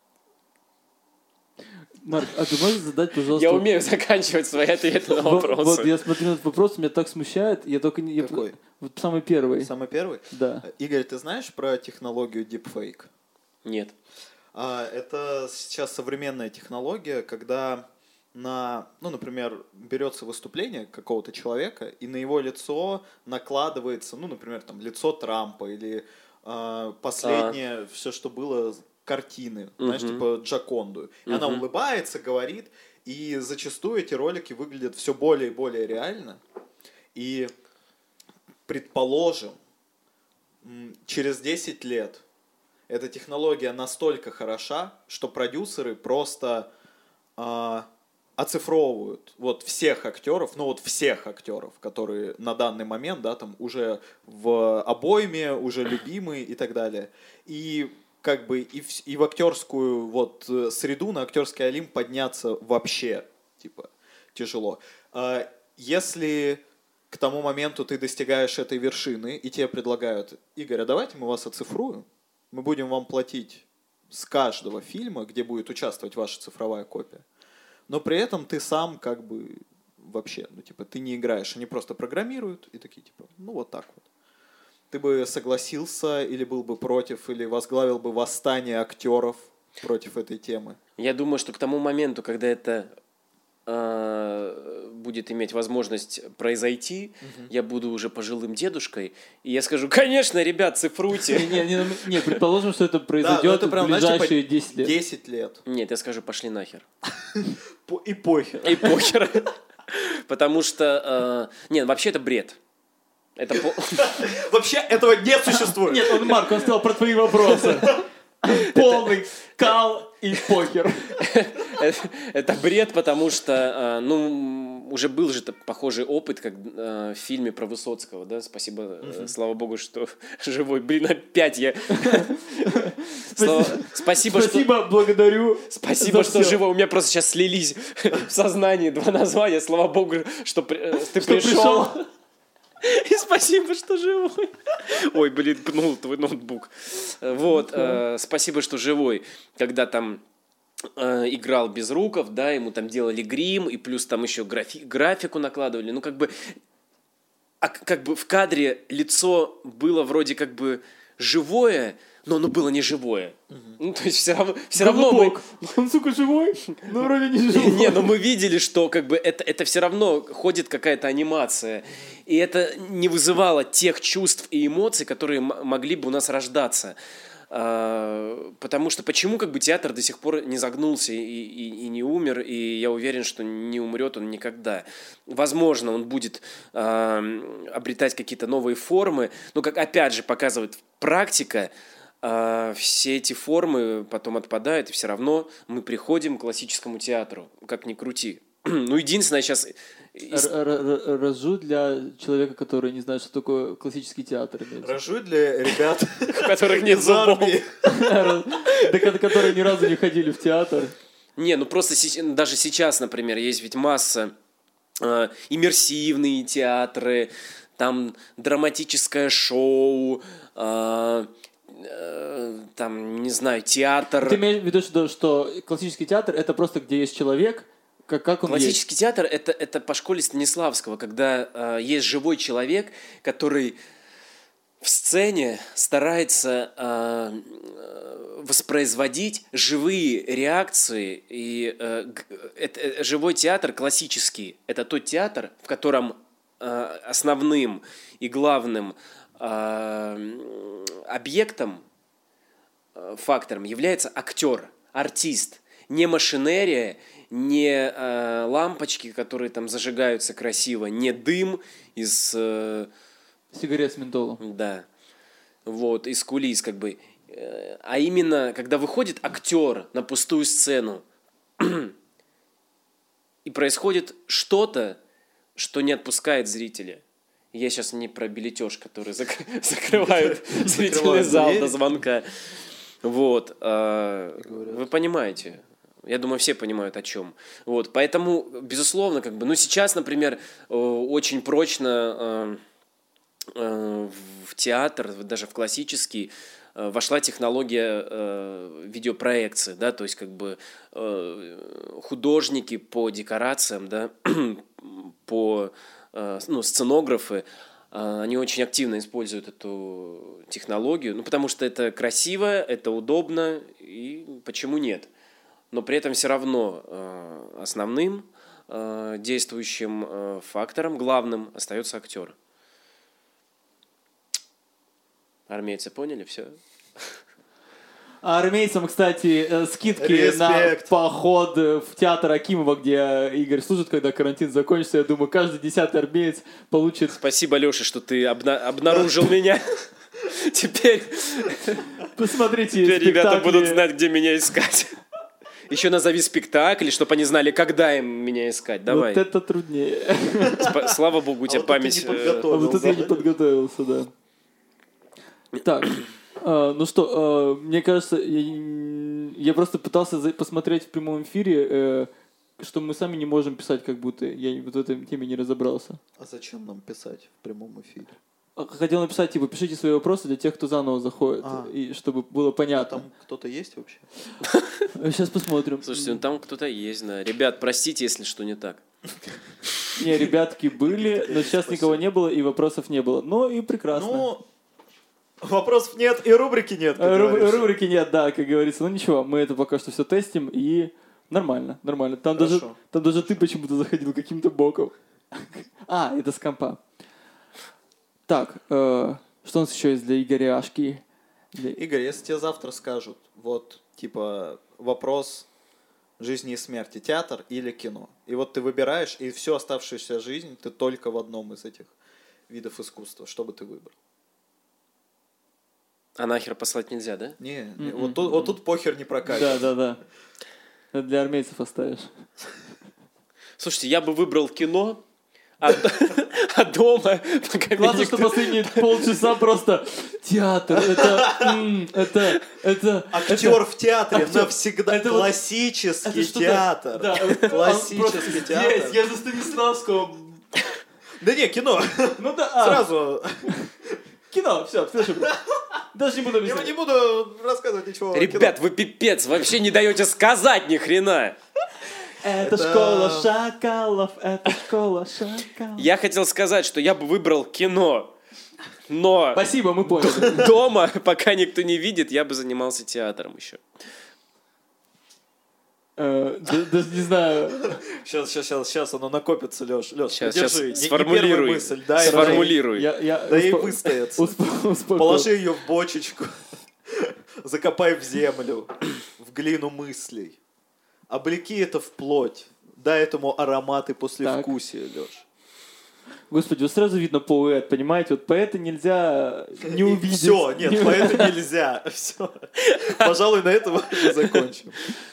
Марк, а ты можешь задать, пожалуйста... Я умею заканчивать свои ответы на вопросы. Вот я смотрю на этот вопрос, меня так смущает, я только не... Какой? Вот самый первый. Самый первый? Да. Игорь, ты знаешь про технологию deepfake? Нет. Это сейчас современная технология, когда например, берется выступление какого-то человека, и на его лицо накладывается, например, там, лицо Трампа или последнее, все, что было, картины, знаешь, типа Джоконду. И она улыбается, говорит, и зачастую эти ролики выглядят все более и более реально. И, предположим, через 10 лет эта технология настолько хороша, что продюсеры просто оцифровывают всех актеров, всех актеров, которые на данный момент, да, там уже в обойме, уже любимые и так далее. И как бы и в актерскую среду, на актерский олимп подняться вообще тяжело. Если к тому моменту ты достигаешь этой вершины, и тебе предлагают: Игорь, а давайте мы вас оцифруем, мы будем вам платить с каждого фильма, где будет участвовать ваша цифровая копия, но при этом ты сам как бы вообще, ну, типа, ты не играешь, они просто программируют и такие, типа, ну, вот так вот. Ты бы согласился или был бы против, или возглавил бы восстание актеров против этой темы? Я думаю, что к тому моменту, когда это будет иметь возможность произойти, я буду уже пожилым дедушкой, и я скажу, конечно, ребят, цифруйте. Не, предположим, что это произойдет в ближайшие 10 лет. 10 лет. Нет, я скажу, пошли нахер. И похер. И похер. Потому что... Нет, вообще это бред. Вообще этого не существует. Нет, Марк, он сказал про твои вопросы. Полный кал и покер. Это бред, потому что, ну, уже был же похожий опыт, как в фильме про Высоцкого, да, спасибо, слава богу, что живой. Блин, опять я... Спасибо, благодарю. Спасибо, что живой. У меня просто сейчас слились в сознании два названия. Слава богу, что ты пришел. И спасибо, что живой. Ой, блин, пнул твой ноутбук. Вот, спасибо, что живой. Когда там играл Безруков, да, ему там делали грим, и плюс там еще графику накладывали. Ну, как бы в кадре лицо было вроде как бы живое, но оно было не живое. Ну, то есть все равно мы... Он, сука, живой, но вроде не живой. Не, но мы видели, что как бы это все равно ходит какая-то анимация. И это не вызывало тех чувств и эмоций, которые могли бы у нас рождаться. Потому что почему как бы театр до сих пор не загнулся и не умер, и я уверен, что не умрет он никогда. Возможно, он будет обретать какие-то новые формы, но, как опять же показывает практика, все эти формы потом отпадают, и все равно мы приходим к классическому театру, как ни крути. Ну, единственное сейчас... Рожу для человека, который не знает, что такое классический театр. Рожу для ребят, у которых нет зубов. Которые ни разу не ходили в театр. Не, ну просто даже сейчас, например, есть ведь масса иммерсивные театры, там драматическое шоу, там, не знаю, театр. Ты имеешь в виду, что классический театр — это просто где есть человек, как он классический есть? Театр это по школе Станиславского, когда есть живой человек, который в сцене старается воспроизводить живые реакции. И живой театр классический — это тот театр, в котором основным и главным объектом, фактором является актер, артист, не машинерия, не лампочки, которые там зажигаются красиво, не дым из... сигарет с ментолом. Да. Вот, из кулис как бы. А именно, когда выходит актер на пустую сцену, и происходит что-то, что не отпускает зрителя. Я сейчас не про билетеж, который закрывают зрительный зал до звонка. Вот. Вы понимаете. Я думаю, все понимают, о чем. Вот. Поэтому, безусловно, как бы, ну, сейчас, например, очень прочно в театр, даже в классический, вошла технология видеопроекции, да, то есть, как бы, художники по декорациям, да, по, ну, сценографы, они очень активно используют эту технологию, ну, потому что это красиво, это удобно, и почему нет? Но при этом все равно основным действующим фактором, главным, остается актер. Армейцы поняли все? А армейцам, кстати, скидки на поход в театр Акимова, где Игорь служит, когда карантин закончится. Я думаю, каждый 10-й армеец получит... Спасибо, Леша, что ты обнаружил меня. Теперь... Посмотрите Теперь ребята будут знать, где меня искать. Еще назови спектакль, чтобы они знали, когда им меня искать. Давай. Вот это труднее. Слава богу, у тебя память... Вот это я не подготовился, да. Так, ну что, мне кажется, я просто пытался посмотреть в прямом эфире, что мы сами не можем писать, как будто я в этой теме не разобрался. А зачем нам писать в прямом эфире? хотел написать, типа, пишите свои вопросы для тех, кто заново заходит, и чтобы было понятно. А там кто-то есть вообще? Сейчас посмотрим. Слушайте, ну там кто-то есть, да. Ребят, простите, если что не так. Не, ребятки были, но сейчас никого не было, и вопросов не было. Ну и прекрасно. Ну, вопросов нет, и рубрики нет, рубрики нет, да, как говорится. Ну ничего, мы это пока что все тестим, и нормально, нормально. Там даже ты почему-то заходил каким-то боком. Это с компа. Так, что у нас еще есть для Игоряшки? Игорь, если тебе завтра скажут, вот, типа, вопрос жизни и смерти, театр или кино, и вот ты выбираешь, и всю оставшуюся жизнь ты только в одном из этих видов искусства, что бы ты выбрал? А нахер послать нельзя, да? Не, вот тут похер не прокатит. Да. Это для армейцев оставишь. Слушайте, я бы выбрал кино, а дома... Классно, что последние полчаса просто театр, это... Актер в театре навсегда. Классический театр. Классический театр. Я за Станиславского. Да не, кино. Ну да. Сразу. Кино, все, слушай. Даже не буду объяснять. Я не буду рассказывать ничего. Ребят, вы пипец, вообще не даете сказать ни хрена. Это школа шакалов, это школа шакалов. Я хотел сказать, что я бы выбрал кино, но... Спасибо, мы поняли. Дома, пока никто не видит, я бы занимался театром еще. Даже не знаю. Сейчас оно накопится, Лёш. Сейчас сформулируй. Сформулируй. Да и выстоится. Положи ее в бочечку. Закопай в землю. В глину мыслей. Облеки это в плоть. Дай этому аромат и послевкусие, Лёш. Господи, вот сразу видно поэт, понимаете? Вот поэта нельзя не увидеть. Все, нет, поэта нельзя. Все. Пожалуй, на этом мы закончим.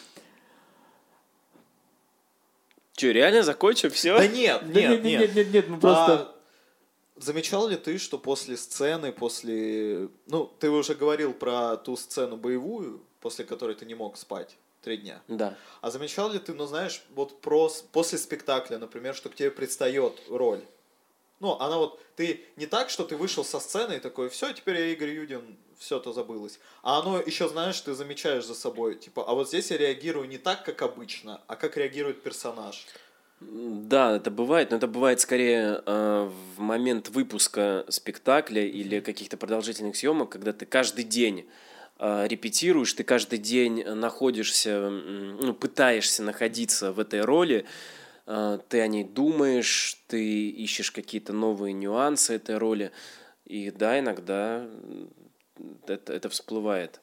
Че, реально закончим? Все? Да нет, мы просто... Замечал ли ты, что после сцены, Ну, ты уже говорил про ту сцену боевую, после которой ты не мог спать 3 дня. Да. А замечал ли ты, знаешь, вот после спектакля, например, что к тебе предстает роль? Ну, она вот... Ты не так, что ты вышел со сцены и такой, все, теперь я Игорь Юдин, все это забылось. А оно еще, знаешь, ты замечаешь за собой, типа, а вот здесь я реагирую не так, как обычно, а как реагирует персонаж. Да, это бывает, но это бывает скорее в момент выпуска спектакля или каких-то продолжительных съемок, когда ты каждый день репетируешь, ты каждый день находишься, пытаешься находиться в этой роли, ты о ней думаешь, ты ищешь какие-то новые нюансы этой роли, и да, иногда это всплывает.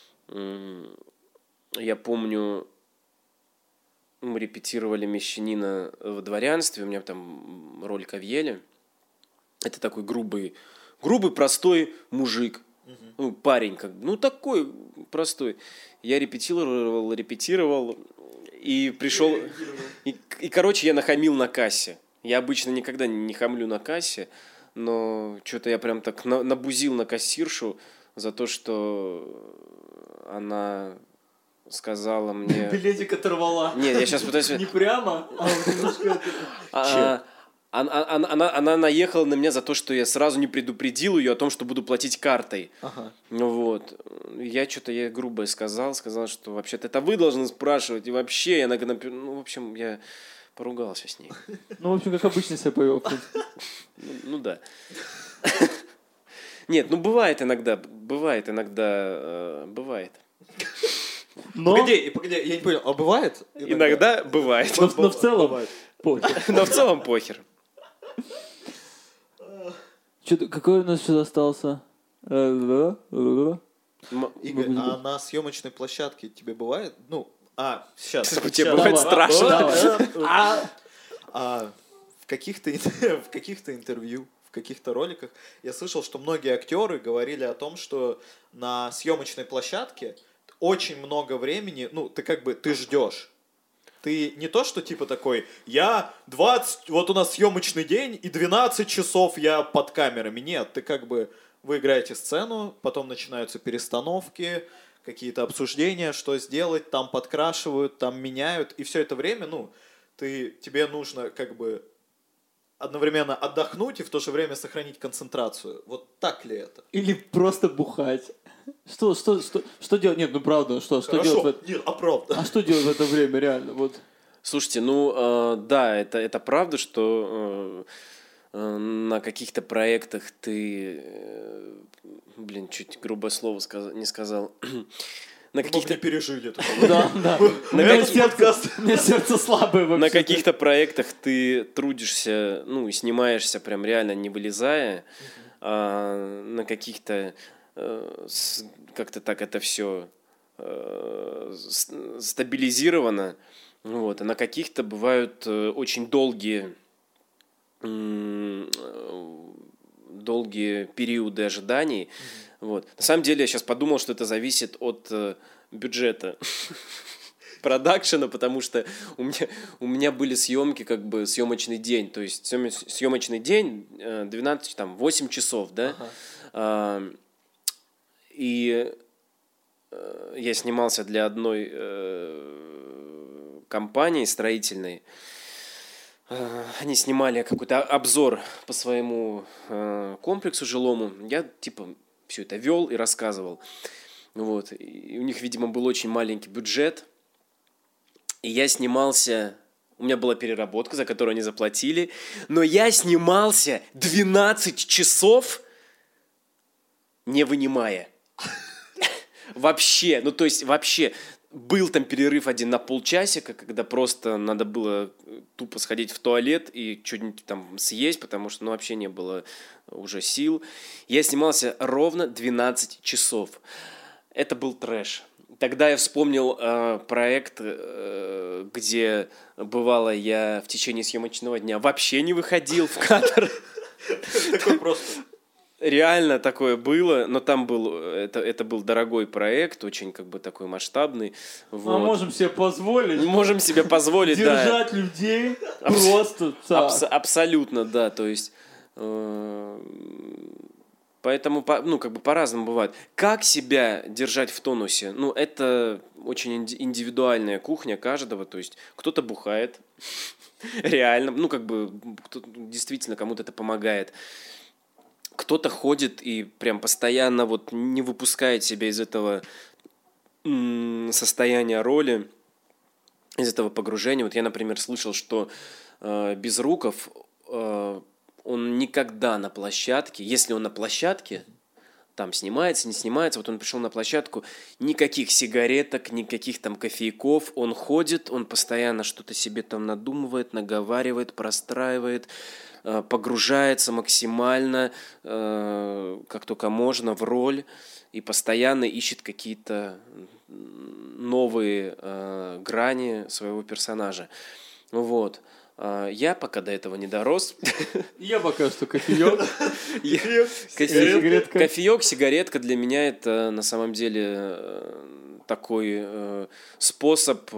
Я помню, мы репетировали «Мещанина в дворянстве», у меня там роль Кавьеля. Это такой грубый, простой мужик, парень, такой простой. Я репетировал, и пришел... И, короче, я нахамил на кассе. Я обычно никогда не хамлю на кассе, но что-то я прям так набузил на кассиршу за то, что она сказала мне... Билетик оторвала. Нет, я сейчас пытаюсь... Не прямо, а вот немножко... Она наехала на меня за то, что я сразу не предупредил ее о том, что буду платить картой. Ага. Вот. Я что-то ей грубое сказал, что вообще-то это вы должны спрашивать, и вообще, в общем, я поругался с ней. Ну, в общем, как обычно себя повел. Ну да. Нет, бывает иногда. Бывает. Но... Погоди, я не понял, а бывает? Иногда бывает. Но в целом похер. Но в целом похер. Какой у нас сейчас остался? Игорь, а на съемочной площадке тебе бывает? Сейчас. Тебе бывает страшно? В каких-то интервью, в каких-то роликах я слышал, что многие актеры говорили о том, что на съемочной площадке очень много времени, ты ждешь. Ты не то, что типа такой, вот у нас съемочный день, и 12 часов я под камерами. Нет, вы играете сцену, потом начинаются перестановки, какие-то обсуждения, что сделать, там подкрашивают, там меняют, и все это время, тебе нужно одновременно отдохнуть и в то же время сохранить концентрацию. Вот так ли это? Или просто бухать? Что делать? Нет, ну правда, что делать в это? Нет, а правда. А что делать в это время, реально? Вот. Слушайте, да, это правда, что на каких-то проектах ты, чуть грубое слово не сказал. На каких-то пережили. Да. У меня сердце слабое вообще. На каких-то проектах ты трудишься, и снимаешься прям реально не вылезая, а на каких-то как-то так это все стабилизировано. Вот, а на каких-то бывают очень долгие периоды ожиданий. Вот. На самом деле я сейчас подумал, что это зависит от бюджета продакшена, потому что у меня были съемки, как бы съемочный день. То есть съемочный день 8 часов, да? И я снимался для одной компании строительной. Они снимали какой-то обзор по своему комплексу жилому. Я все это вел и рассказывал. Вот. И у них, видимо, был очень маленький бюджет. И я снимался... У меня была переработка, за которую они заплатили. Но я снимался 12 часов, не вынимая. Вообще. То есть вообще... Был там перерыв один на полчасика, когда просто надо было тупо сходить в туалет и что-нибудь там съесть, потому что вообще не было уже сил. Я снимался ровно 12 часов. Это был трэш. Тогда я вспомнил проект, где бывало я в течение съемочного дня вообще не выходил в кадр. Такой просто... Реально такое было, но там это был дорогой проект, очень такой масштабный. Вот. А можем себе позволить? Можем себе позволить, держать людей просто так. Абсолютно, да, то есть... Поэтому, по-разному бывает. Как себя держать в тонусе? Это очень индивидуальная кухня каждого, то есть кто-то бухает, реально, действительно кому-то это помогает. Кто-то ходит и прям постоянно не выпускает себя из этого состояния роли, из этого погружения. Я, например, слышал, что Безруков, он никогда на площадке, если он на площадке, там снимается, не снимается, он пришел на площадку, никаких сигареток, никаких там кофейков, он ходит, он постоянно что-то себе там надумывает, наговаривает, простраивает, погружается максимально, как только можно, в роль и постоянно ищет какие-то новые грани своего персонажа. Вот. Я пока до этого не дорос. Я пока что кофеек. Кофеек, сигаретка для меня это на самом деле такой способ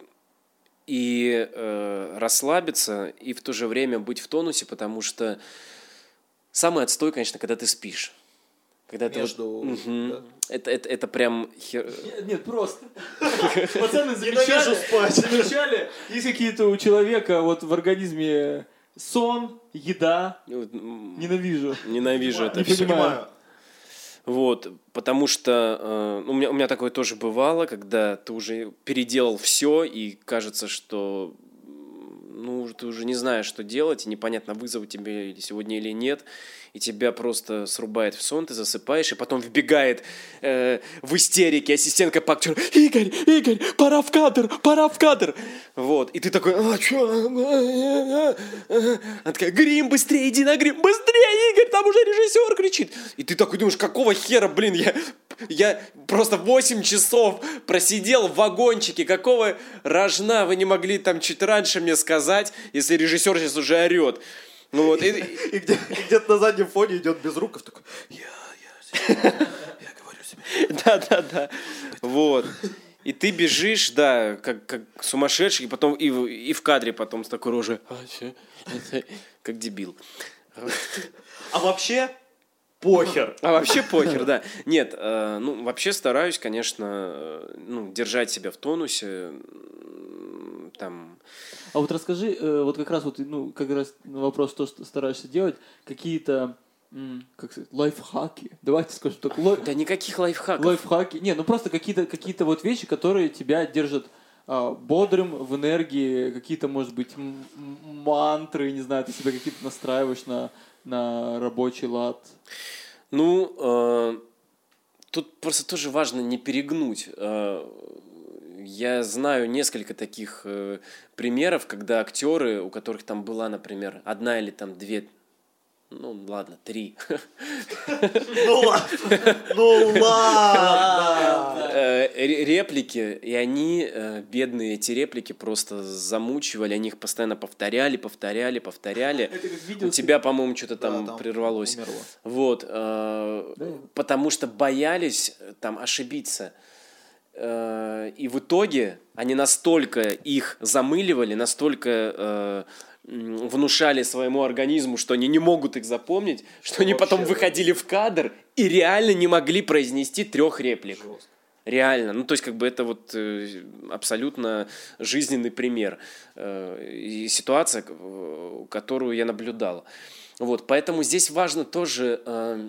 и расслабиться, и в то же время быть в тонусе, потому что самый отстой, конечно, когда ты спишь. Когда между... Да. Это прям... Нет, просто. Пацаны замечали, есть какие-то у человека в организме сон, еда. Ненавижу. Ненавижу это все. Не понимаю. Вот, потому что у меня такое тоже бывало, когда ты уже переделал все, и кажется, что ты уже не знаешь, что делать, и непонятно, вызовут тебе сегодня или нет, и тебя просто срубает в сон, ты засыпаешь, и потом вбегает в истерике ассистентка по актеру: Игорь, пора в кадр. Вот, и ты такой: что? Она такая: грим, быстрее, иди на грим, быстрее, Игорь, там уже режиссер кричит. И ты такой думаешь: какого хера, я просто 8 часов просидел в вагончике, какого рожна вы не могли там чуть раньше мне сказать, если режиссер сейчас уже орет. И где-то на заднем фоне идет Безруков такой: я говорю себе. Да. Вот. И ты бежишь, да, как сумасшедший, и потом и в кадре потом с такой рожей, как дебил. А вообще, похер. А вообще похер, да. Нет, ну, вообще стараюсь, конечно, ну, держать себя в тонусе, там... А вот расскажи, вот как раз, вот, ну, как раз на вопрос, что стараешься делать, какие-то, как сказать, лайфхаки. Давайте скажем так. Да никаких лайфхаков. Лайфхаки. Не, ну просто какие-то вот вещи, которые тебя держат бодрым, в энергии, какие-то, может быть, мантры, не знаю, ты себя какие-то настраиваешь на рабочий лад. Ну, тут просто тоже важно не перегнуть. Я знаю несколько таких примеров, когда актеры, у которых там была, например, одна или там две, ну ладно, 3. Ну ладно. Реплики, и они, бедные, эти реплики просто замучивали, они их постоянно повторяли. У тебя, по-моему, что-то там прервалось. Вот, потому что боялись там ошибиться. И в итоге они настолько их замыливали, настолько внушали своему организму, что они не могут их запомнить, что они потом выходили в кадр и реально не могли произнести 3 реплик. Жестко. Реально. Ну, то есть, как бы это вот абсолютно жизненный пример и ситуация, которую я наблюдал. Вот, поэтому здесь важно тоже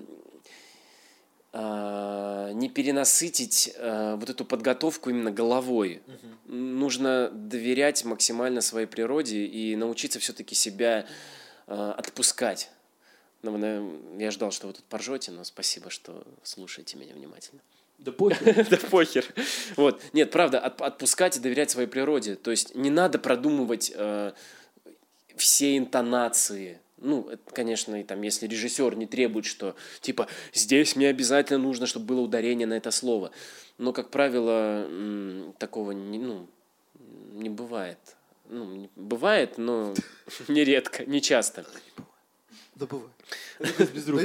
не перенасытить вот эту подготовку именно головой. Нужно доверять максимально своей природе и научиться все-таки себя отпускать. Я ждал, что вы тут поржете, но спасибо, что слушаете меня внимательно. Да похер. Да похер. Вот. Нет, правда, отпускать и доверять своей природе. То есть не надо продумывать все интонации. Ну, это, конечно, и там, если режиссер не требует, что, типа, здесь мне обязательно нужно, чтобы было ударение на это слово. Но, как правило, такого не бывает. Ну, бывает, но нередко, не часто. Да бывает. Без рук.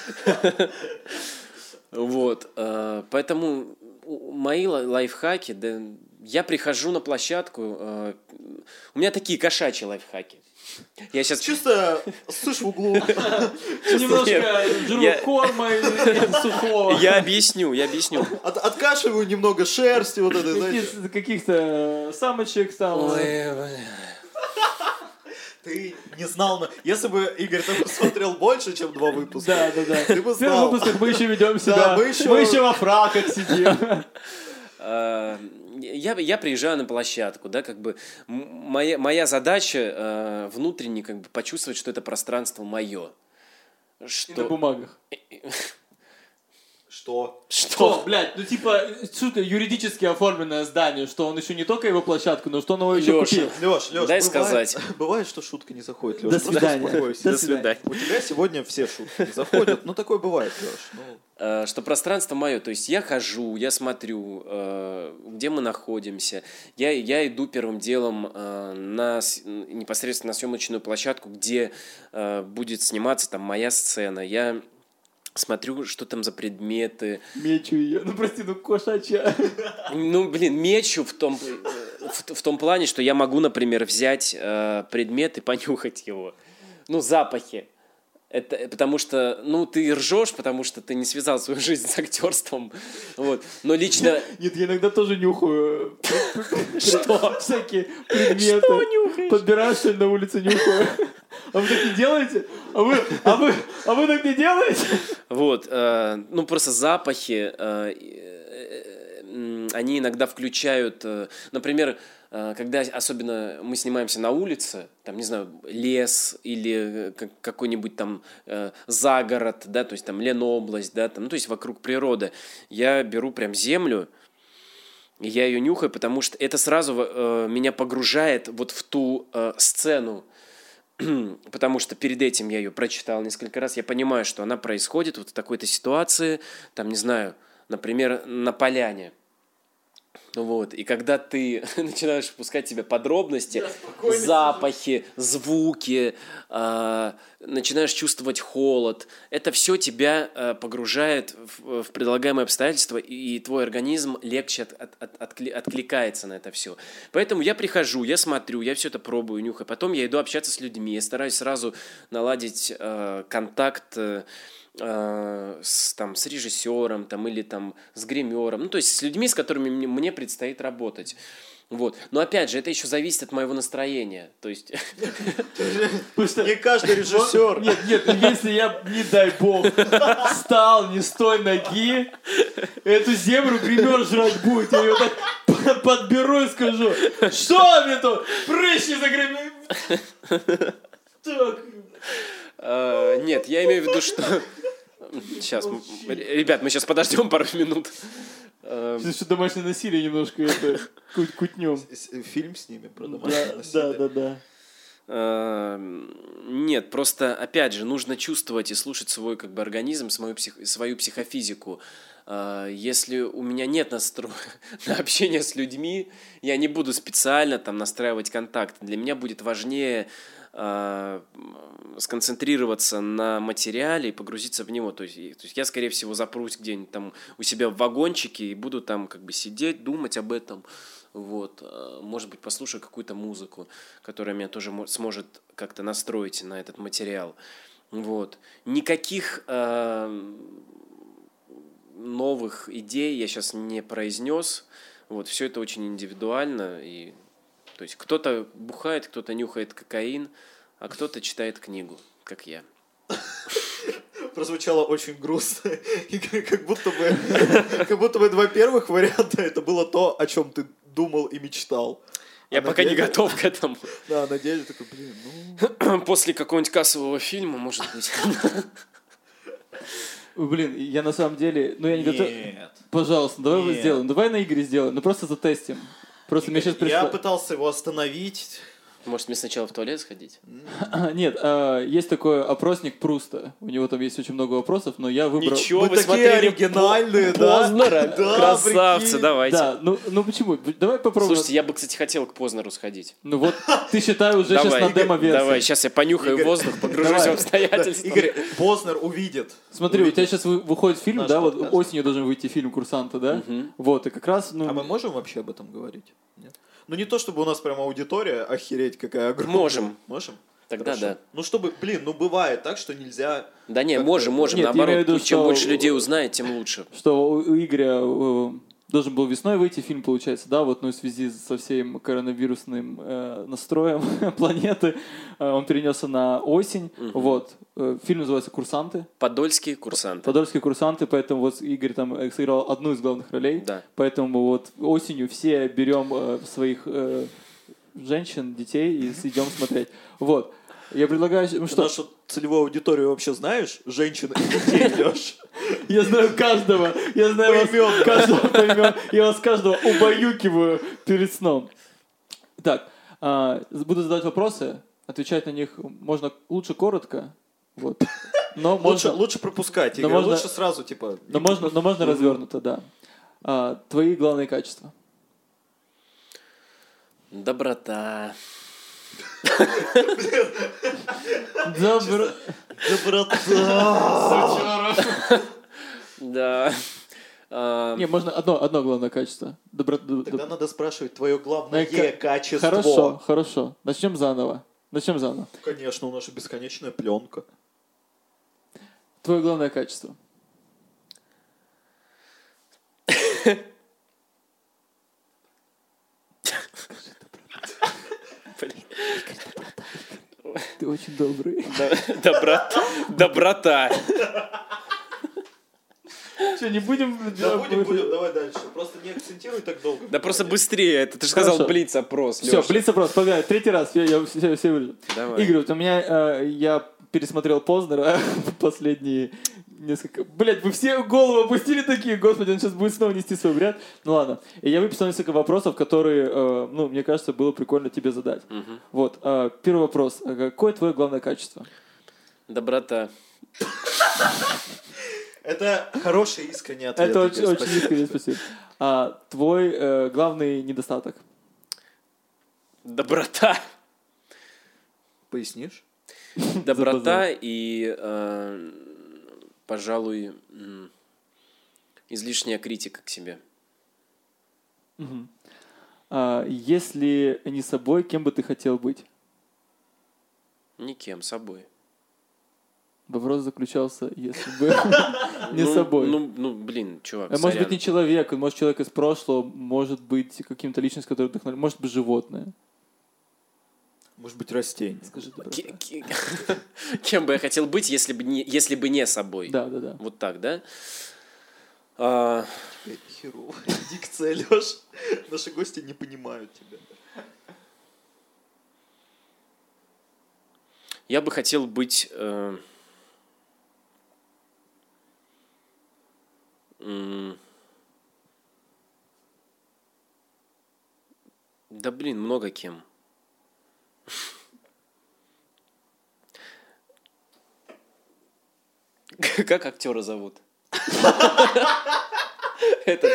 Вот. Поэтому мои лайфхаки, да, я прихожу на площадку, у меня такие кошачьи лайфхаки. Я сейчас... Чисто сышь в углу. Немножко жру корма сухого. Я объясню. Откашиваю немного шерсти вот этой, знаете. Каких-то самочек там. Ой, бля. Ты не знал, но если бы, Игорь, ты посмотрел больше, чем 2 выпуска. Да. Ты бы В первых знал. выпусках мы еще ведем себя. Мы еще во фраках сидим. Я приезжаю на площадку, да, как бы моя задача внутренне как бы почувствовать, что это пространство мое. Что... И на бумагах. Что? Блядь, ну типа, что-то юридически оформленное здание, что он еще не только его площадку, но что он его еще купил. Лёш, дай сказать. Бывает, что шутка не заходит, Лёш. До свидания. До свидания. У тебя сегодня все шутки заходят, но такое бывает, Лёш. Что пространство мое, то есть я хожу, я смотрю, где мы находимся, я иду первым делом непосредственно на съемочную площадку, где будет сниматься там моя сцена, я смотрю, что там за предметы. Мечу ее, кошачья. Мечу в том плане, что я могу, например, взять предмет и понюхать его. Запахи. Это потому что, ты ржешь, потому что ты не связал свою жизнь с актерством. Вот. Но лично... Нет, я иногда тоже нюхаю. Что? Всякие предметы. Что нюхаешь? Подбираешь что-нибудь на улице, нюхаю. А вы так не делаете? А вы так не делаете? Вот. Просто запахи, они иногда включают... Например, когда особенно мы снимаемся на улице, там, не знаю, лес или какой-нибудь там загород, да, то есть там Ленобласть, да, там, то есть вокруг природы, я беру прям землю, и я ее нюхаю, потому что это сразу меня погружает вот в ту сцену, потому что перед этим я ее прочитал несколько раз, я понимаю, что она происходит вот в такой-то ситуации, там, не знаю, например, на поляне. Вот. И когда ты начинаешь впускать в себя подробности, запахи, звуки, начинаешь чувствовать холод, это все тебя погружает в предлагаемые обстоятельства, и твой организм легче откликается на это все. Поэтому я прихожу, я смотрю, я все это пробую, нюхаю. Потом я иду общаться с людьми, я стараюсь сразу наладить контакт с режиссером там, или там, с гримером, ну, то есть с людьми, с которыми мне предстоит работать. Вот. Но опять же, это еще зависит от моего настроения. То есть... Не каждый режиссер. Нет, если я, не дай бог, встал не с той ноги, эту зебру гример жрать будет. Я ее так подберу и скажу: что мне тут? Прыщи загребли. Так. Нет, я имею в виду, что... Сейчас, ребят, мы сейчас подождем пару минут. Что домашнее насилие немножко это кутнем. Фильм с ними про домашнее насилие. Да. Нет, просто, опять же, нужно чувствовать и слушать свой как бы организм, свою психофизику. Если у меня нет настроя на общение с людьми, я не буду специально там настраивать контакт. Для меня будет важнее сконцентрироваться на материале и погрузиться в него. То есть я, скорее всего, запрусь где-нибудь там у себя в вагончике и буду там как бы сидеть, думать об этом. Вот. Может быть, послушаю какую-то музыку, которая меня тоже сможет как-то настроить на этот материал. Вот. Никаких новых идей я сейчас не произнес. Вот. Все это очень индивидуально. И, то есть кто-то бухает, кто-то нюхает кокаин, а кто-то читает книгу, как я. Прозвучало очень грустно. И как будто бы два первых варианта это было то, о чем ты думал и мечтал. Я пока не готов к этому. Да, на деле такой, После какого-нибудь кассового фильма, может быть. Блин, я на самом деле... Ну, я не готов... Пожалуйста, давай сделаем. Давай на Игоре сделаем. Ну, просто затестим. Просто мне сейчас Я пытался его остановить. Может, мне сначала в туалет сходить? Нет, есть такой опросник Пруста. У него там есть очень много вопросов, но я выбрал... Ничего, вы такие оригинальные, да? Познера, красавцы, давайте. Да, ну почему? Давай попробуем. Слушайте, я бы, кстати, хотел к Познеру сходить. Ну вот, ты считай уже сейчас на демо-версии. Давай, сейчас я понюхаю воздух, погружусь в обстоятельства. Игорь, Познер увидит. Смотри, у тебя сейчас выходит фильм, да, вот осенью должен выйти фильм «Курсанты», да? Вот, и как раз... А мы можем вообще об этом говорить? Нет? Ну, не то, чтобы у нас прям аудитория, охереть какая огромная. Можем. Можем? Тогда хорошо. Да. Ну, чтобы, бывает так, что нельзя... Да не, можем, Нет, наоборот. Виду, чем больше людей узнает, тем лучше. Что у Игоря должен был весной выйти фильм, получается, да, вот, но в связи со всем коронавирусным настроем планеты он перенесся на осень. Вот. Фильм называется «Курсанты». Подольские курсанты. Подольские курсанты, поэтому вот Игорь там сыграл одну из главных ролей. Да. Поэтому вот осенью все берем своих женщин, детей и идем смотреть. Вот. Я предлагаю... Ты нашу целевую аудиторию вообще знаешь? Женщин и детей, Лёш? Я знаю каждого. Я знаю вас каждого по имен. Я вас каждого убаюкиваю перед сном. Так, буду задавать вопросы. Отвечать на них можно лучше коротко. Вот. Но лучше пропускать. Игорь, лучше сразу, типа... Но можно развернуто, да. Твои главные качества? Доброта. Доброта. Да. Не, можно одно главное качество. Тогда надо спрашивать твое главное качество. Хорошо. Начнем заново. Конечно, у нас же бесконечная пленка. Твое главное качество. Ты очень добрый. Доброта. Что, не будем? Да, будем, давай дальше. Просто не акцентируй так долго. Да просто быстрее. Это ты же сказал блиц-опрос. Все, блиц-опрос, погнали. Третий раз, я все вырежу. Игорь, вот у меня, я пересмотрел Познера последние несколько... Блять, вы все голову опустили такие, господи, он сейчас будет снова нести свой бред. Ну ладно. И я выписал несколько вопросов, которые, мне кажется, было прикольно тебе задать. Вот, первый вопрос. Какое твое главное качество? Доброта. Это хороший искренний ответ. Это очень искренний, спасибо. Твой главный недостаток? Доброта. Пояснишь? Доброта и, пожалуй, излишняя критика к себе. Если не собой, кем бы ты хотел быть? Никем, собой. Вопрос заключался, если бы не собой. Блин, чувак, может быть, не человек, может, человек из прошлого, может быть, каким-то личностью, которая вдохновляет, может быть, животное. Может быть, растение. Скажи, кем бы я хотел быть, если бы не собой? Да. Вот так, да? Херово. Дикция, Лёш. Наши гости не понимают тебя. Я бы хотел быть... Да блин, много кем. Как актера зовут? Этот...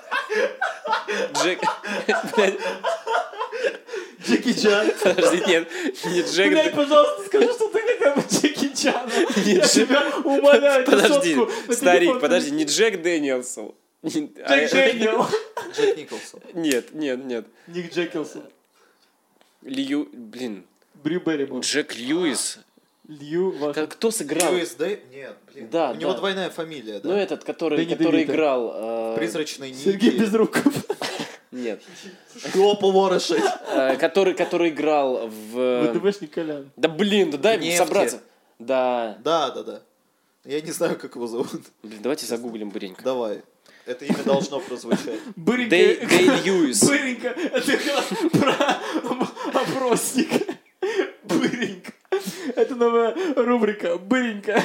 Джеки Чан. Подожди, нет, не Джек... Блядь, пожалуйста, скажи, что ты хотя бы Джеки Чан. Я тебя умоляю. Подожди, старик, подожди, не Джек Дэниелсон. Джек Дэниел. Джек Николсон. Нет. Ник Джекилсон. Блин. Брю Берримор. Джек Льюис. Важно. Кто сыграл? Льюис Нет, блин. Да, у него двойная фамилия, да? Ну, этот, который играл... Призрачный Ники. Сергей Безруков. Нет. Что поворошить? Который играл в... ВДВшник Колян. Да блин, да дай мне собраться. Да. Да. Я не знаю, как его зовут. Блин, давайте загуглим быренько. Давай. Это имя должно прозвучать. Дэй Льюис. Быренько. Это про опросник. Быренько. Это новая рубрика. Быренько.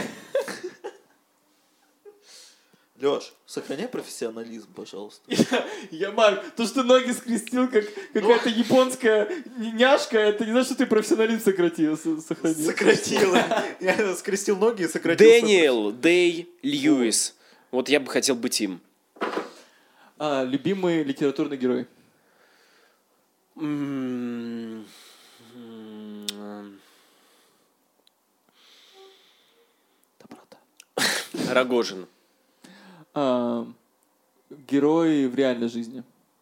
Лёш, сохраняй профессионализм, пожалуйста. Я, Марк, то, что ноги скрестил, как какая-то японская няшка, это не значит, что ты профессионализм сохранил. Сократил. Я скрестил ноги и сократил. Дэниел Дэй Льюис. Вот я бы хотел быть им. Любимый литературный герой? Доброта. Рогожин. Герой в реальной жизни?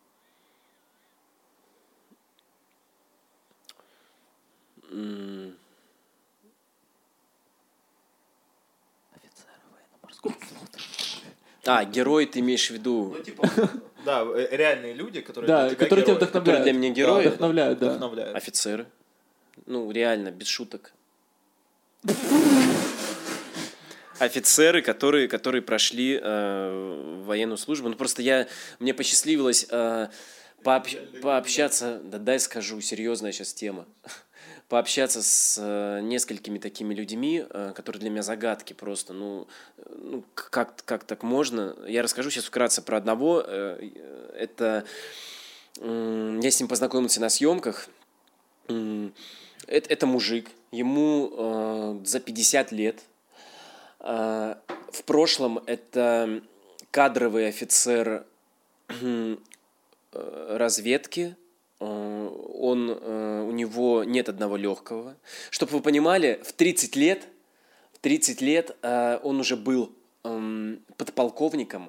Офицеры военно-морского флота. Герой ты имеешь в виду? Ну, типа, да, реальные люди, которые тебя вдохновляют. Которые для меня герои? Да, вдохновляют, да. Офицеры. Ну, реально, без шуток. Офицеры, которые прошли военную службу. Ну, просто мне посчастливилось пообщаться... Да дай скажу, серьезная сейчас тема. Пообщаться с несколькими такими людьми, которые для меня загадки просто. Ну как так можно? Я расскажу сейчас вкратце про одного. Я с ним познакомился на съемках. Это мужик. Ему за 50 лет. В прошлом это кадровый офицер разведки. У него нет одного легкого. Чтобы вы понимали, в 30 лет он уже был подполковником.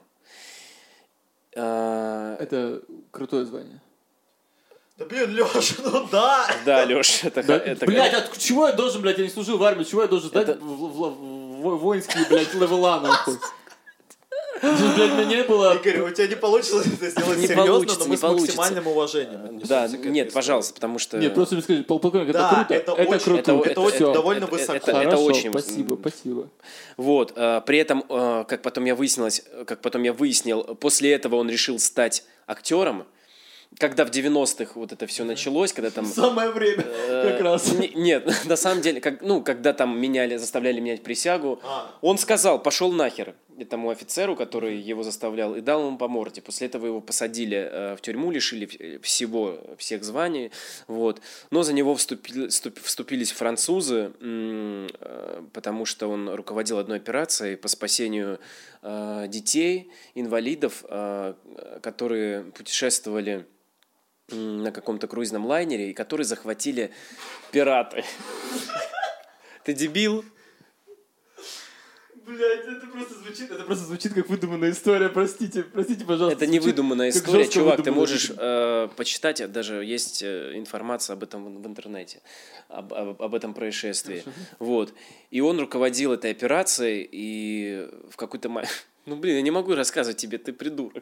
Это крутое звание. Да блин, Лёша, ну да! Да, Лёш, это... Блядь, от чего я должен, блядь, я не служил в армии, чего я должен сдать воинские, блядь, левела, нахуй? Блядь, меня не было... Игорь, у тебя не получится это сделать серьезно, но мы с максимальным уважением. Да, нет, пожалуйста, потому что... Нет, просто мне скажи, полковник, это круто, это круто. Это довольно высоко. Это очень... Спасибо. Вот, при этом, как потом я выяснил, после этого он решил стать актером. Когда в 90-х вот это все началось, когда там... Самое время, как раз. Нет, на самом деле, когда там заставляли менять присягу, он сказал, пошел нахер этому офицеру, который его заставлял, и дал ему по морде. После этого его посадили в тюрьму, лишили всех званий. Вот. Но за него вступились французы, потому что он руководил одной операцией по спасению детей, инвалидов, которые путешествовали на каком-то круизном лайнере, и которые захватили пираты. Ты дебил? Блядь, это просто звучит как выдуманная история, простите, пожалуйста. Это не выдуманная история, чувак, ты можешь почитать, даже есть информация об этом в интернете, об этом происшествии. Вот. И он руководил этой операцией, и в какой-то момент... Ну, блин, я не могу рассказывать тебе, ты придурок.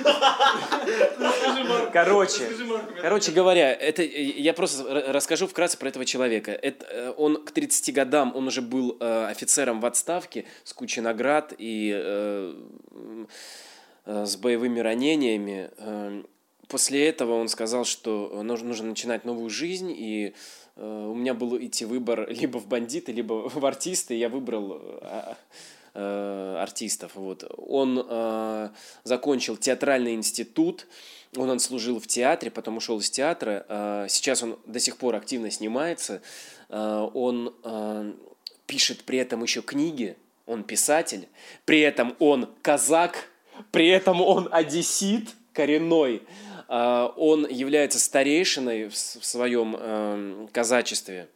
Короче говоря, я просто расскажу вкратце про этого человека. Он к 30 годам, он уже был офицером в отставке с кучей наград и с боевыми ранениями. После этого он сказал, что нужно начинать новую жизнь, и у меня был идти выбор либо в бандиты, либо в артисты, и я выбрал... артистов. Вот. Он закончил театральный институт, он отслужил в театре, потом ушел из театра. Сейчас он до сих пор активно снимается. Он пишет при этом еще книги, он писатель, при этом он казак, при этом он одессит коренной. Он является старейшиной в своем казачестве,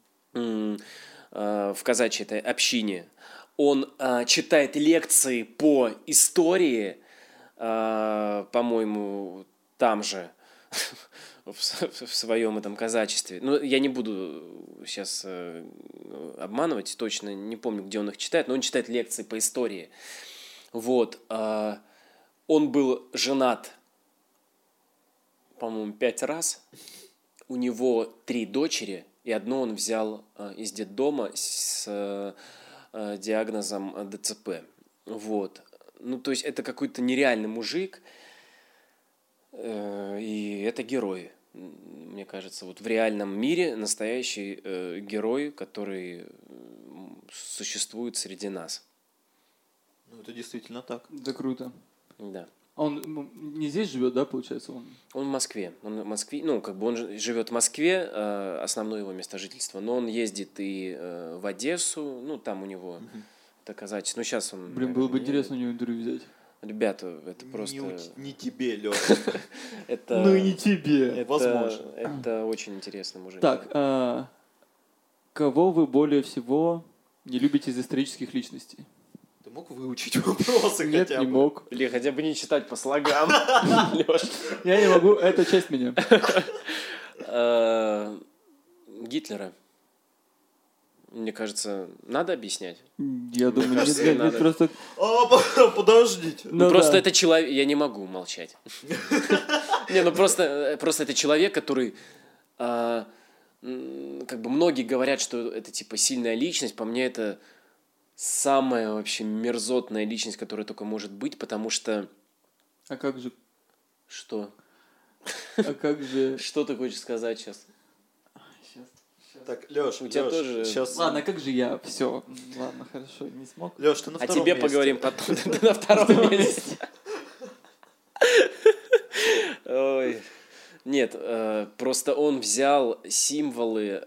в казачьей этой общине. Он читает лекции по истории, по-моему, там же, в своем этом казачестве. Ну, я не буду сейчас обманывать, точно не помню, где он их читает, но он читает лекции по истории. Вот. Он был женат, по-моему, 5 раз. У него 3 дочери, и одну он взял из детдома с... диагнозом ДЦП. Вот. Ну, то есть это какой-то нереальный мужик, и это герой. Мне кажется, вот в реальном мире настоящий герой, который существует среди нас. Ну, это действительно так. Да, круто. Да. Он не здесь живет, да, получается? Он в Москве. Он живет в Москве, основное его место жительства, но он ездит и в Одессу, ну, там у него доказательства. Ну, сейчас он... Блин, было бы интересно у него интервью взять. Ребята, это просто... Не тебе, Лёва. Ну, и не тебе. Возможно. Это очень интересно, мужик. Так, кого вы более всего не любите из исторических личностей? Ты мог выучить вопросы Нет, хотя бы? не мог. Или хотя бы не читать по слогам. Лёш. Я не могу, это часть меня. Гитлера. Мне кажется, надо объяснять. Я думаю, нет, просто... Подождите. Просто это человек... Я не могу молчать. Не, ну просто это человек, который... Как бы многие говорят, что это типа сильная личность. По мне это самая вообще мерзотная личность, которая только может быть, потому что... А как же... Что? А как же... Что ты хочешь сказать сейчас? Так, Лёш, у тебя тоже... Сейчас... Ладно, как же я? Все. Ладно, хорошо, не смог. Лёш, ты на втором месте. О тебе поговорим потом. Ты на втором месте. Ой. Нет, просто он взял символы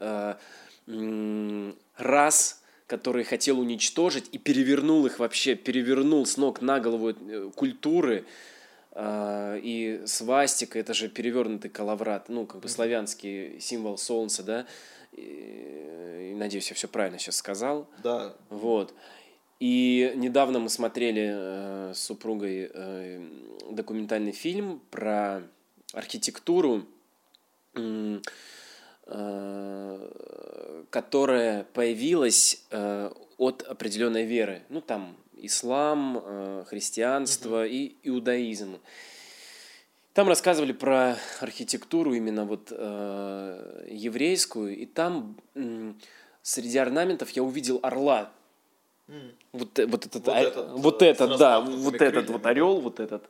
рас, которые хотел уничтожить, и перевернул их вообще, перевернул с ног на голову культуры. И свастика, это же перевернутый коловрат, ну, как бы славянский символ солнца, да. И, надеюсь, я все правильно сейчас сказал. Да. Вот. И недавно мы смотрели с супругой документальный фильм про архитектуру, которая появилась от определенной веры. Ну, там ислам, христианство и иудаизм. Там рассказывали про архитектуру именно вот еврейскую, и там среди орнаментов я увидел орла. Вот этот вот орел, вот этот.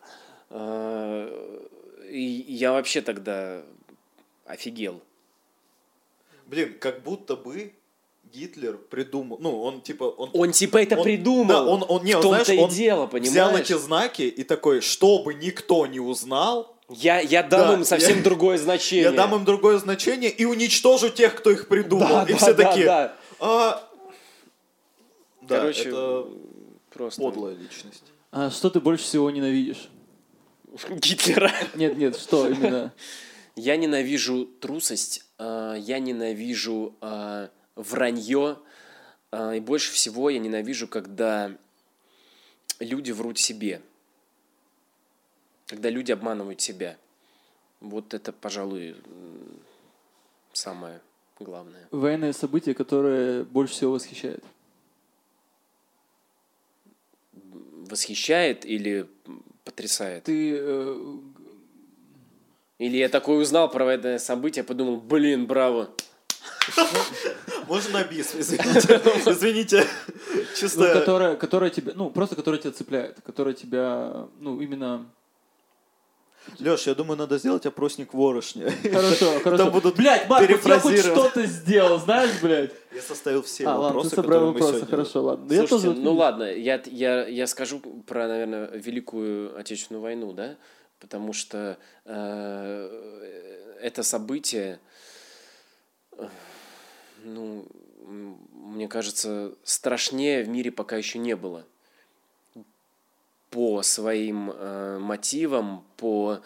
И я вообще тогда офигел. Блин, как будто бы Гитлер придумал, ну, он типа это придумал. Да, он в том-то и дело, понимаешь? Взял эти знаки и такой, чтобы никто не узнал. Я дам им совсем другое значение. Я дам им другое значение и уничтожу тех, кто их придумал. И все такие. Короче, это просто подлая личность. А что ты больше всего ненавидишь? Гитлера. Нет, что именно? Я ненавижу трусость, я ненавижу вранье, И больше всего я ненавижу, когда люди врут себе. Когда люди обманывают себя. Вот это, пожалуй, самое главное. Военное событие, которое больше всего восхищает. Восхищает или потрясает? Или я такой узнал про это событие, подумал, блин, браво. Можно на бис, извините. Чисто... Которая тебя, просто которая тебя цепляет, которая тебя, именно... Леш, я думаю, надо сделать опросник Ворошня. Хорошо. Там будут блядь, Марк, я хоть что-то сделал, знаешь, блядь? Я составил все вопросы, ты собрал вопросы, хорошо, ладно. Слушайте, ладно, я скажу про, наверное, Великую Отечественную войну, да? Потому что это событие, мне кажется, страшнее в мире пока еще не было. По своим мотивам, по